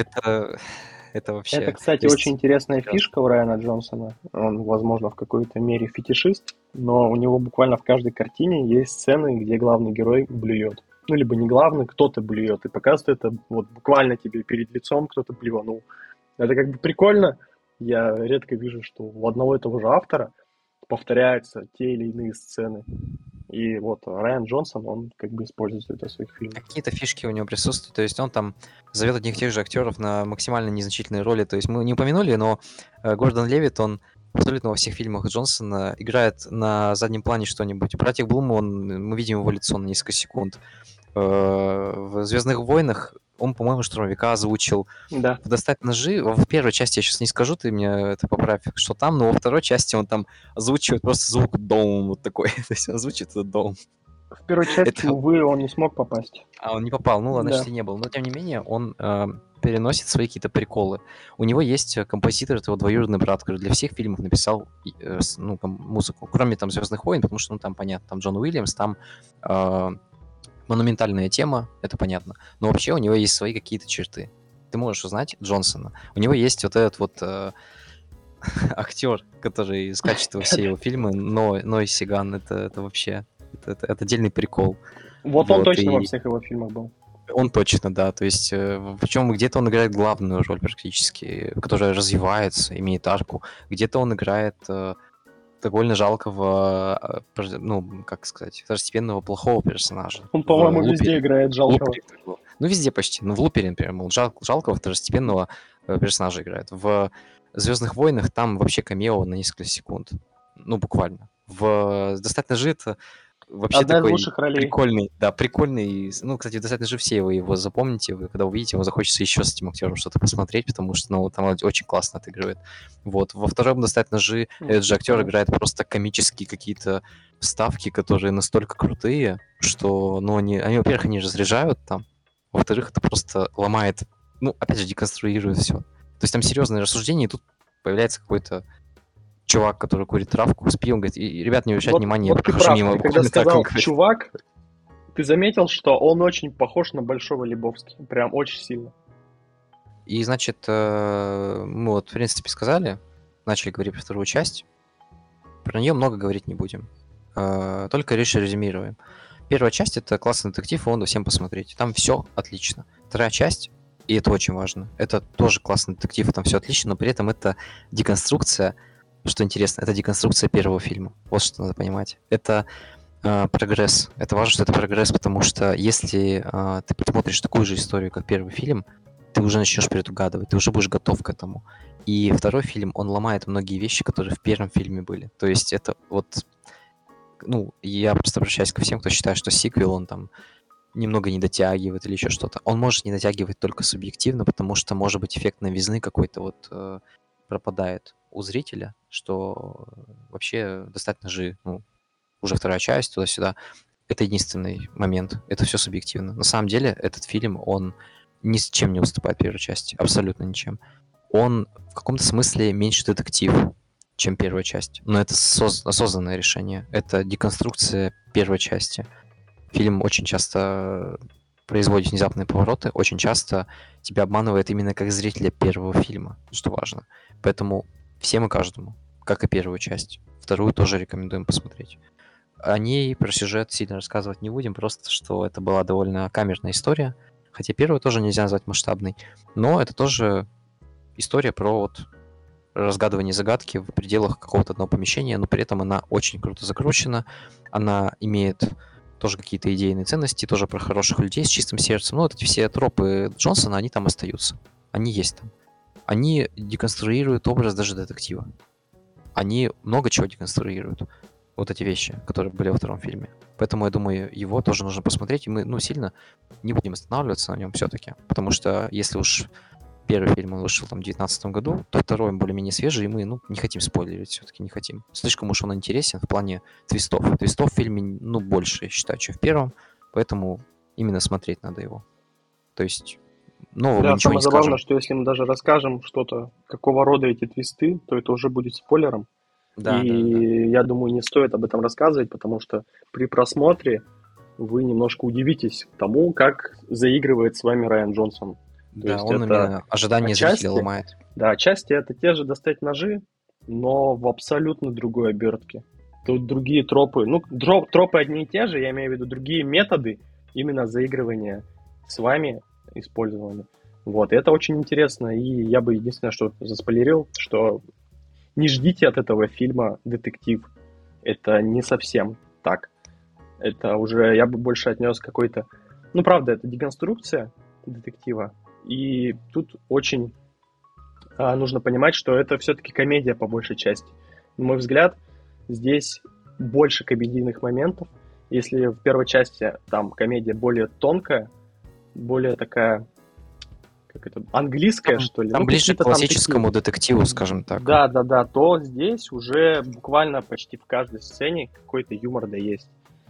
Это Это, вообще... кстати, То очень есть интересная прекрасно. фишка у Райана Джонсона. Он, возможно, в какой-то мере фетишист, но у него буквально в каждой картине есть сцены, где главный герой блюет. Ну, либо не главный, кто-то блюет. И показывает это вот буквально тебе перед лицом кто-то блеванул. Это как бы прикольно. Я редко вижу, что у одного и того же автора повторяются те или иные сцены. И вот Райан Джонсон, он как бы использует это в своих фильмах. Какие-то фишки у него присутствуют, то есть он там зовет одних и тех же актеров на максимально незначительные роли, то есть мы не упомянули, но Гордон Левитт, он абсолютно во всех фильмах Джонсона играет на заднем плане что-нибудь. В «Братьях Блум» мы видим его лицо на несколько секунд. В «Звездных войнах» он, по-моему, Штурмовика озвучил. Да. В «Достать ножи» в первой части, я сейчас не скажу, ты мне это поправь, что там, но во второй части он там озвучивает просто звук «дом» вот такой, то есть он озвучивает этот «дом». В первой части, Это увы, он не смог попасть. он не попал, ну ладно, Да. значит, и не был. Но тем не менее, он переносит свои какие-то приколы. У него есть композитор, это его двоюродный брат, который для всех фильмов написал музыку, кроме там «Звездных войн», потому что, ну, там понятно, там Джон Уильямс, там монументальная тема, это понятно. Но вообще у него есть свои какие-то черты. Ты можешь узнать Джонсона. У него есть вот этот вот актер, который скачет во все его фильмы, Ной Сиган, это вообще, это отдельный прикол. Вот он Вот, точно во и всех его фильмах был. он точно, да. То есть, причем где-то он играет главную роль практически, которая развивается, имеет арку. Где-то он играет довольно жалкого, ну, как сказать, второстепенного плохого персонажа. Он, В по-моему, везде «Лупере». играет жалкого. «Лупере» так было. Ну, везде почти. Ну, в «Лупере», например, он жалкого второстепенного персонажа играет. В «Звездных войнах» там вообще камео на несколько секунд. Ну, буквально. В «Достать ножи» это вообще Одна из такой лучших ролей. прикольный. Ну, кстати, достаточно же все его запомните. Вы, когда увидите, вам захочется еще с этим актером что-то посмотреть, потому что, ну, там он очень классно отыгрывает. Вот. Во втором «Достать ножи» этот же актер играет просто комические какие-то вставки, которые настолько крутые, что, ну, они, во-первых, они разряжают там, во-вторых, это просто ломает, ну, опять же, деконструирует все. То есть там серьезные рассуждения, и тут появляется какой-то чувак, который курит травку с пивом, говорит, ребят, не обращайте внимания, я Вот ты прохожу прав. мимо. Ты когда Буквально так он сказал говорит. «чувак», ты заметил, что он очень похож на Большого Лебовски. Прям очень сильно. И, значит, мы вот, в принципе, сказали, начали говорить про вторую часть. Про нее много говорить не будем. Только лишь резюмируем. Первая часть — это классный детектив, его надо всем посмотреть. Там все отлично. Вторая часть, и это очень важно, это тоже классный детектив, там все отлично, но при этом это деконструкция, что интересно, это деконструкция первого фильма. Вот что надо понимать. Это прогресс. Это важно, что это прогресс, потому что если ты посмотришь такую же историю, как первый фильм, ты уже начнешь предугадывать, ты уже будешь готов к этому. И второй фильм, он ломает многие вещи, которые в первом фильме были. То есть это вот... Ну, я просто обращаюсь ко всем, кто считает, что сиквел, он там немного не дотягивает или еще что-то. Он может не дотягивать только субъективно, потому что, может быть, эффект новизны какой-то вот пропадает у зрителя, что вообще достаточно же, ну, уже вторая часть, туда-сюда. Это единственный момент. Это все субъективно. На самом деле, этот фильм, он ни с чем не уступает первой части. Абсолютно ничем. Он в каком-то смысле меньше детектив, чем первая часть. Но это осознанное решение. Это деконструкция первой части. Фильм очень часто производит внезапные повороты, очень часто тебя обманывает именно как зрителя первого фильма, что важно. Поэтому всем и каждому, как и первую часть. Вторую тоже рекомендуем посмотреть. О ней про сюжет сильно рассказывать не будем, просто что это была довольно камерная история. Хотя первую тоже нельзя назвать масштабной. Но это тоже история про вот разгадывание загадки в пределах какого-то одного помещения, но при этом она очень круто закручена. Она имеет тоже какие-то идейные ценности, тоже про хороших людей с чистым сердцем. Ну, вот эти все тропы Джонсона, они там остаются. Они есть там. Они деконструируют образ даже детектива. Они много чего деконструируют. Вот эти вещи, которые были во втором фильме. Поэтому, я думаю, его тоже нужно посмотреть, и мы, ну, сильно не будем останавливаться на нем все-таки. Потому что если уж первый фильм он вышел там в 2019 году, то второй он более-менее свежий, и мы, ну, не хотим спойлерить, все-таки не хотим. Слишком уж он интересен в плане твистов. Твистов в фильме, ну, больше, я считаю, чем в первом, поэтому именно смотреть надо его. То есть нового мы Да, ничего самое не забавное, скажем. что если мы даже расскажем что-то, какого рода эти твисты, то это уже будет спойлером. Да. И я думаю, не стоит об этом рассказывать, потому что при просмотре вы немножко удивитесь тому, как заигрывает с вами Райан Джонсон. То Да, есть он это именно ожидание зрителя отчасти, ломает. да, отчасти это те же достать ножи, но в абсолютно другой обертке. Тут другие тропы, ну, тропы одни и те же, я имею в виду другие методы именно заигрывания с вами использованы. Вот, и это очень интересно, и я бы единственное, что заспойлерил, что не ждите от этого фильма детектив. Это не совсем так. Это уже, я бы больше отнес какой-то... Ну, правда, это деконструкция детектива. И тут очень нужно понимать, что это все-таки комедия по большей части. На мой взгляд, здесь больше комедийных моментов. Если в первой части там комедия более тонкая, более такая, как это, английская, что ли. Там Ну, ближе к какие-то там классическому такие... детективу, скажем так. Да, то здесь уже буквально почти в каждой сцене какой-то юмор да есть.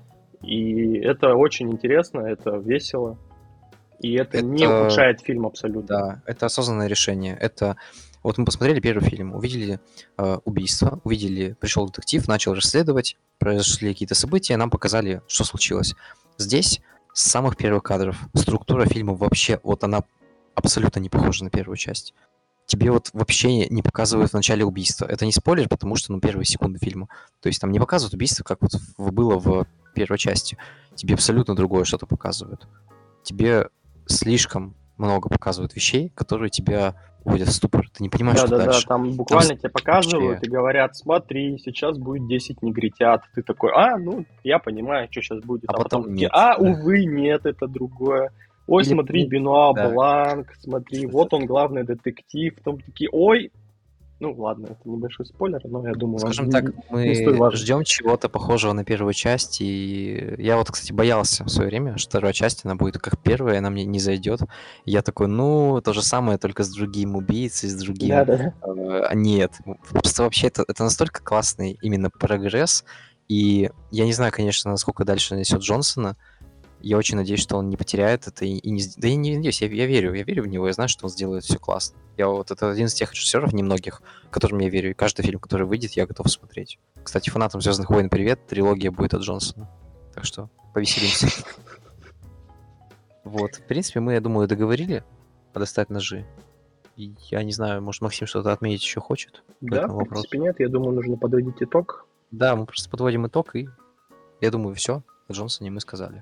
И это очень интересно, это весело. И это не Это, ухудшает фильм абсолютно. да, это осознанное решение. Это вот мы посмотрели первый фильм, увидели убийство, увидели, пришел детектив, начал расследовать, произошли какие-то события, нам показали, что случилось. Здесь с самых первых кадров структура фильма вообще, вот она абсолютно не похожа на первую часть. Тебе вот вообще не показывают в начале убийства. Это не спойлер, потому что, ну, первые секунды фильма. То есть там не показывают убийство, как вот было в первой части. Тебе абсолютно другое что-то показывают. Тебе слишком много показывают вещей, которые тебя уводят в ступор. Ты не понимаешь, что Да, дальше. там буквально тебе показывают вообще... и говорят, смотри, сейчас будет 10 негритят. Ты такой, ну, я понимаю, что сейчас будет. А Потом потом такие, нет. Да. увы, нет, это другое. Ой, Или, смотри, Бенуа да. Бланк, смотри, вот он главный детектив. Потом такие, ой, ну ладно, это небольшой спойлер, но я думаю, Скажем он так, не столь мы важен. ждем чего-то похожего на первую часть, и я вот, кстати, боялся в свое время, что вторая часть, она будет как первая, она мне не зайдет. И я такой, ну, то же самое, только с другим убийцей, с другим... Да. Нет, просто вообще это настолько классный именно прогресс, и я не знаю, конечно, насколько дальше нанесет Джонсона. Я очень надеюсь, что он не потеряет это и не... Да я не надеюсь, я верю в него, я знаю, что он сделает все классно. Это один из тех режиссеров немногих, которым я верю, и каждый фильм, который выйдет, я готов смотреть. Кстати, фанатам «Звездных войн» привет, трилогия будет от Джонсона. Так что повеселимся. Вот, в принципе, мы, я думаю, договорили подостать ножи. И я не знаю, может, Максим что-то отметить еще хочет? Да, в принципе, нет, я думаю, нужно подводить итог. Да, мы просто подводим итог, и я думаю, все о Джонсоне мы сказали.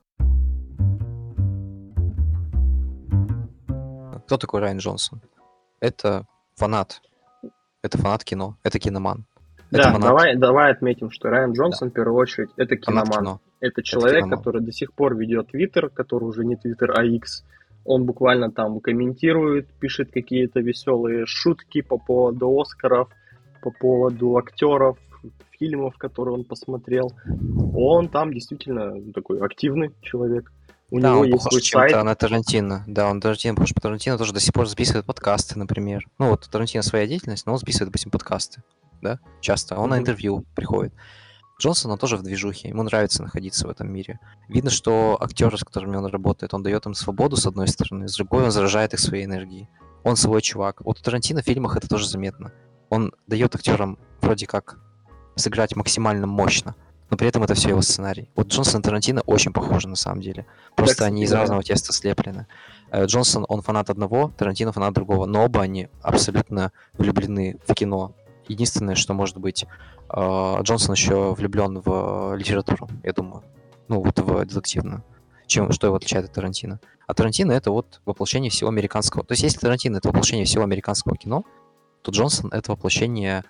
Кто такой Райан Джонсон? Это фанат. Это фанат кино. Это киноман. Да, это фанат... давай отметим, что Райан Джонсон, в первую очередь, это киноман. Кино. Это человек, киноман. Который до сих пор ведет Твиттер, который уже не Твиттер, а X. Он буквально там комментирует, пишет какие-то веселые шутки по поводу Оскаров, по поводу актеров, фильмов, которые он посмотрел. Он там действительно такой активный человек. У Да, него он есть похож свой сайт. чем-то на Тарантино. Да, он Тарантино похож по Тарантино, тоже до сих пор записывает подкасты, например. Ну, вот у Тарантино своя деятельность, но он записывает, допустим, подкасты, да, часто. Он на Мгм. интервью приходит. Джонсон, он тоже в движухе, ему нравится находиться в этом мире. Видно, что актеры, с которыми он работает, он дает им свободу, с одной стороны, с другой он заражает их своей энергией. Он свой чувак. Вот у Тарантино в фильмах это тоже заметно. Он дает актерам вроде как сыграть максимально мощно, но при этом это все его сценарий. Вот Джонсон и Тарантино очень похожи на самом деле. Просто кстати они из говоря. разного теста слеплены. Джонсон, он фанат одного, Тарантино фанат другого, но оба они абсолютно влюблены в кино. Единственное, что может быть, Джонсон еще влюблен в литературу, я думаю. Ну, вот в детективную. Что его отличает от Тарантино. А Тарантино это вот воплощение всего американского. То есть, если Тарантино это воплощение всего американского кино, то Джонсон это воплощение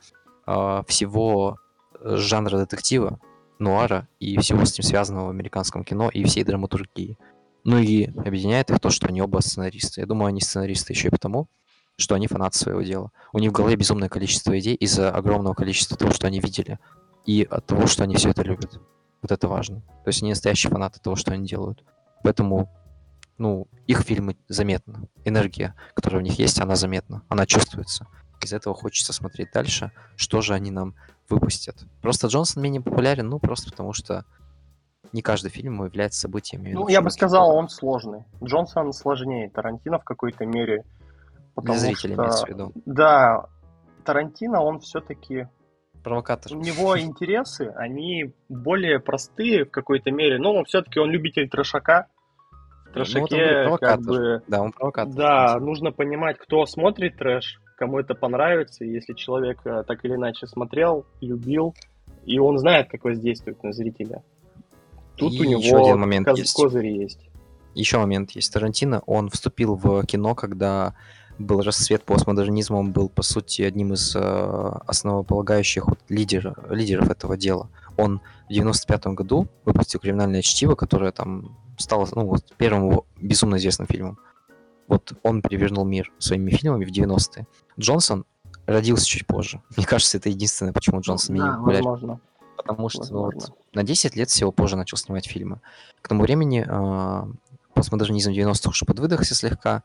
всего жанра детектива, нуара и всего с ним связанного в американском кино и всей драматургии. Ну и объединяет их то, что они оба сценаристы. Я думаю, они сценаристы еще и потому, что они фанаты своего дела. У них в голове безумное количество идей из-за огромного количества того, что они видели, и от того, что они все это любят. Вот это важно. То есть они настоящие фанаты того, что они делают. Поэтому, ну, их фильмы заметно. Энергия, которая у них есть, она заметна, она чувствуется. Из этого хочется смотреть дальше, что же они нам выпустят. Просто Джонсон менее популярен, ну, просто потому что не каждый фильм является событием именно Ну, в я бы широких сказал, кругах. он сложный. Джонсон сложнее Тарантино в какой-то мере, Для потому зрителей имеется что, в виду. да, Тарантино, он все-таки... Провокатор. У него интересы, они более простые в какой-то мере, но все-таки он любитель трешака. В Ну, вот он говорит, трешаке, как провокатор. бы, Да, он провокатор. да, нужно понимать, кто смотрит трэш, кому это понравится, и если человек так или иначе смотрел, любил, и он знает, как воздействует на зрителя. Тут И у еще один него момент есть. козырь есть. Еще момент есть. Тарантино, он вступил в кино, когда был расцвет постмодернизма, он был, по сути, одним из основополагающих вот, лидеров этого дела. Он в 95-м году выпустил «Криминальное чтиво», которое там стало ну, вот, первым его безумно известным фильмом. Вот он перевернул мир своими фильмами в 90-е. Джонсон родился чуть позже. Мне кажется, это единственное, почему Джонсон менее Да, популярен. возможно. Потому что Возможно. вот, на 10 лет всего позже начал снимать фильмы. К тому времени постмодернизм 90-х уже подвыдохся слегка,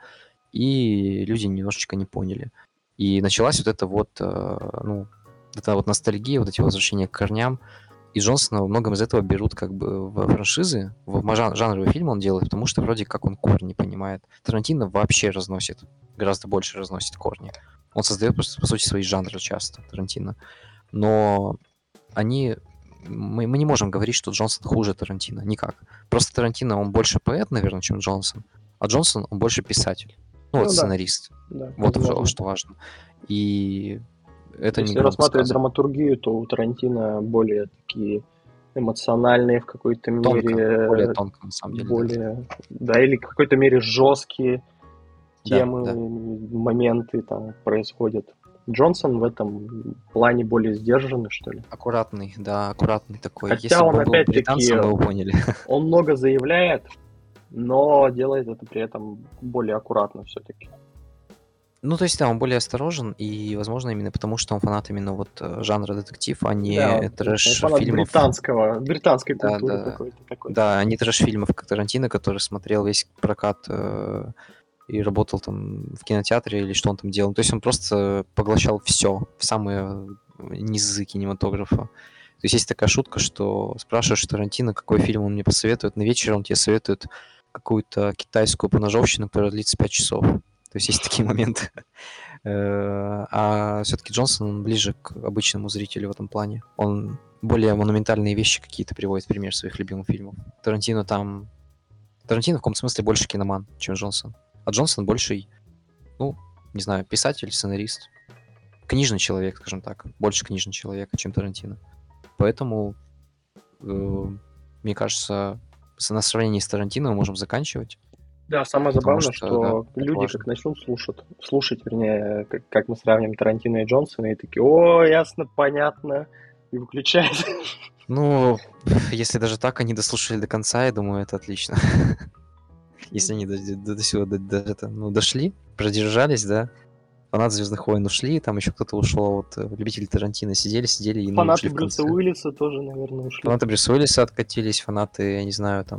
и люди немножечко не поняли. И началась вот эта вот, ну, это вот ностальгия, вот эти возвращения к корням. И Джонсона во многом из этого берут как бы в франшизы, в жанровые фильмы он делает, потому что вроде как он корни понимает. Тарантино вообще разносит, гораздо больше разносит корни. Он создает, просто, по сути, свои жанры часто, Тарантино. Но они... Мы не можем говорить, что Джонсон хуже Тарантино. Никак. Просто Тарантино, он больше поэт, наверное, чем Джонсон. А Джонсон, он больше писатель. Ну, вот Ну да. сценарист. Да, Вот возможно. что важно. И это не Если громко рассматривать сказано. драматургию, то у Тарантино более такие эмоциональные в какой-то мере, Более тонко, на самом деле, да. более, да, или в какой-то мере жесткие Да, темы, да. моменты там происходят. Джонсон в этом плане более сдержанный, что ли. Аккуратный, да, аккуратный такой. Хотя Если бы он он был опять-таки, британцем, мы бы поняли. он много заявляет, но делает это при этом более аккуратно все-таки. Ну, то есть, да, он более осторожен, и, возможно, именно потому, что он фанат именно вот жанра детектив, а не Да, он фанат трэш-фильмов. британской Да, культуры да. какой-то такой. Да, а не трэш-фильмов, как Тарантино, который смотрел весь прокат и работал там в кинотеатре или что он там делал. То есть он просто поглощал все в самые низы кинематографа. То есть есть такая шутка, что спрашиваешь Тарантино, какой фильм он мне посоветует, на вечер он тебе советует какую-то китайскую поножовщину, которая длится 5 часов. То есть есть такие моменты. А все-таки Джонсон он ближе к обычному зрителю в этом плане. Он более монументальные вещи какие-то приводит в пример своих любимых фильмов. Тарантино в каком-то смысле больше киноман, чем Джонсон. А Джонсон больше, ну, не знаю, писатель, сценарист. Книжный человек, скажем так. Больше книжный человек, чем Тарантино. Поэтому, мне кажется, на сравнении с Тарантино мы можем заканчивать. Да, самое Потому забавное, что, что да, это люди важно. как начнут слушать, вернее, как мы сравним Тарантино и Джонсона, и такие, о, ясно, понятно, и выключают. Ну, если даже так они дослушали до конца, я думаю, это отлично. Если они до сюда дошли, продержались, да, фанаты «Звездных войн» ушли, там еще кто-то ушел, вот любители Тарантино сидели и Фанаты ушли в Брюса конце. Уиллиса тоже, наверное, ушли. Фанаты Брюса Уиллиса откатились, фанаты, я не знаю, там,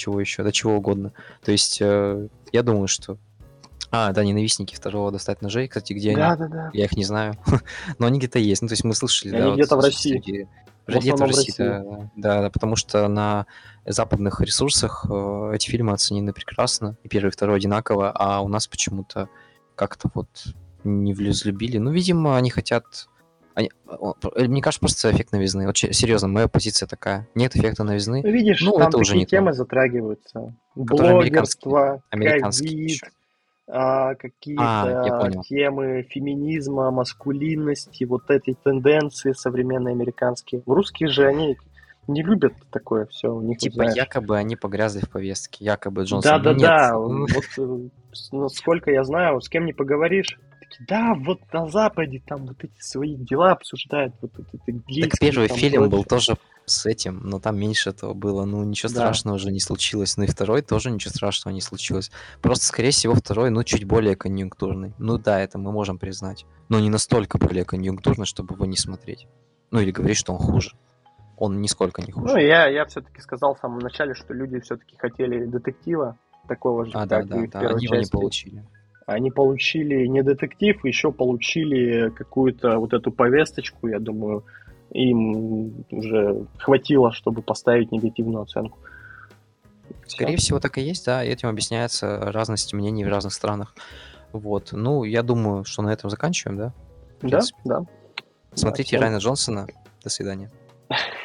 чего еще, до чего угодно. То есть я думаю, что... да, «Ненавистники второго достать ножей», кстати, где они? Да. Я их не знаю, но они где-то есть. Ну, то есть мы слышали, да, Они вот где-то в с России. среди... В Где-то в основном в России, России. да, потому что на западных ресурсах эти фильмы оценены прекрасно, и первый, и второй одинаково, а у нас почему-то как-то вот не взлюбили. Ну, видимо, они хотят... Мне кажется, просто эффект новизны. Вот серьезно, моя позиция такая. Нет эффекта новизны, Ну, видишь, ну, там это уже такие не то. темы затрагиваются. Которые американские. Блогерство, Американские ковид, еще. Я какие-то понял. темы феминизма, маскулинности, вот эти тенденции современные американские. Русские же, они не любят такое все, у них, вот Типа, знаешь. якобы они погрязли в повестке, якобы Джонсон. Ну, нет. Да-да-да, Ну, вот насколько я знаю, с кем не поговоришь, такие, да, вот на Западе там вот эти свои дела обсуждают, вот это так гейские первый там фильм был прочее. тоже с этим, но там меньше этого было. Ну, ничего Да. страшного уже не случилось. Ну и второй тоже ничего страшного не случилось. Просто, скорее всего, второй, ну, чуть более конъюнктурный. Ну да, это мы можем признать. Но не настолько более конъюнктурный, чтобы его не смотреть. Ну или говорить, что он хуже. Он нисколько не Ну, хуже. я все-таки сказал в самом начале, что люди все-таки хотели детектива, такого же, Да, как и в да, первой они его не части. получили. Они получили не детектив, еще получили какую-то вот эту повесточку, я думаю, им уже хватило, чтобы поставить негативную оценку. Скорее всего, так и есть, да, и этим объясняется разность мнений в разных странах. Вот, ну, я думаю, что на этом заканчиваем, да? В Да, принципе. да. Смотрите всем- Райана Джонсона. До свидания.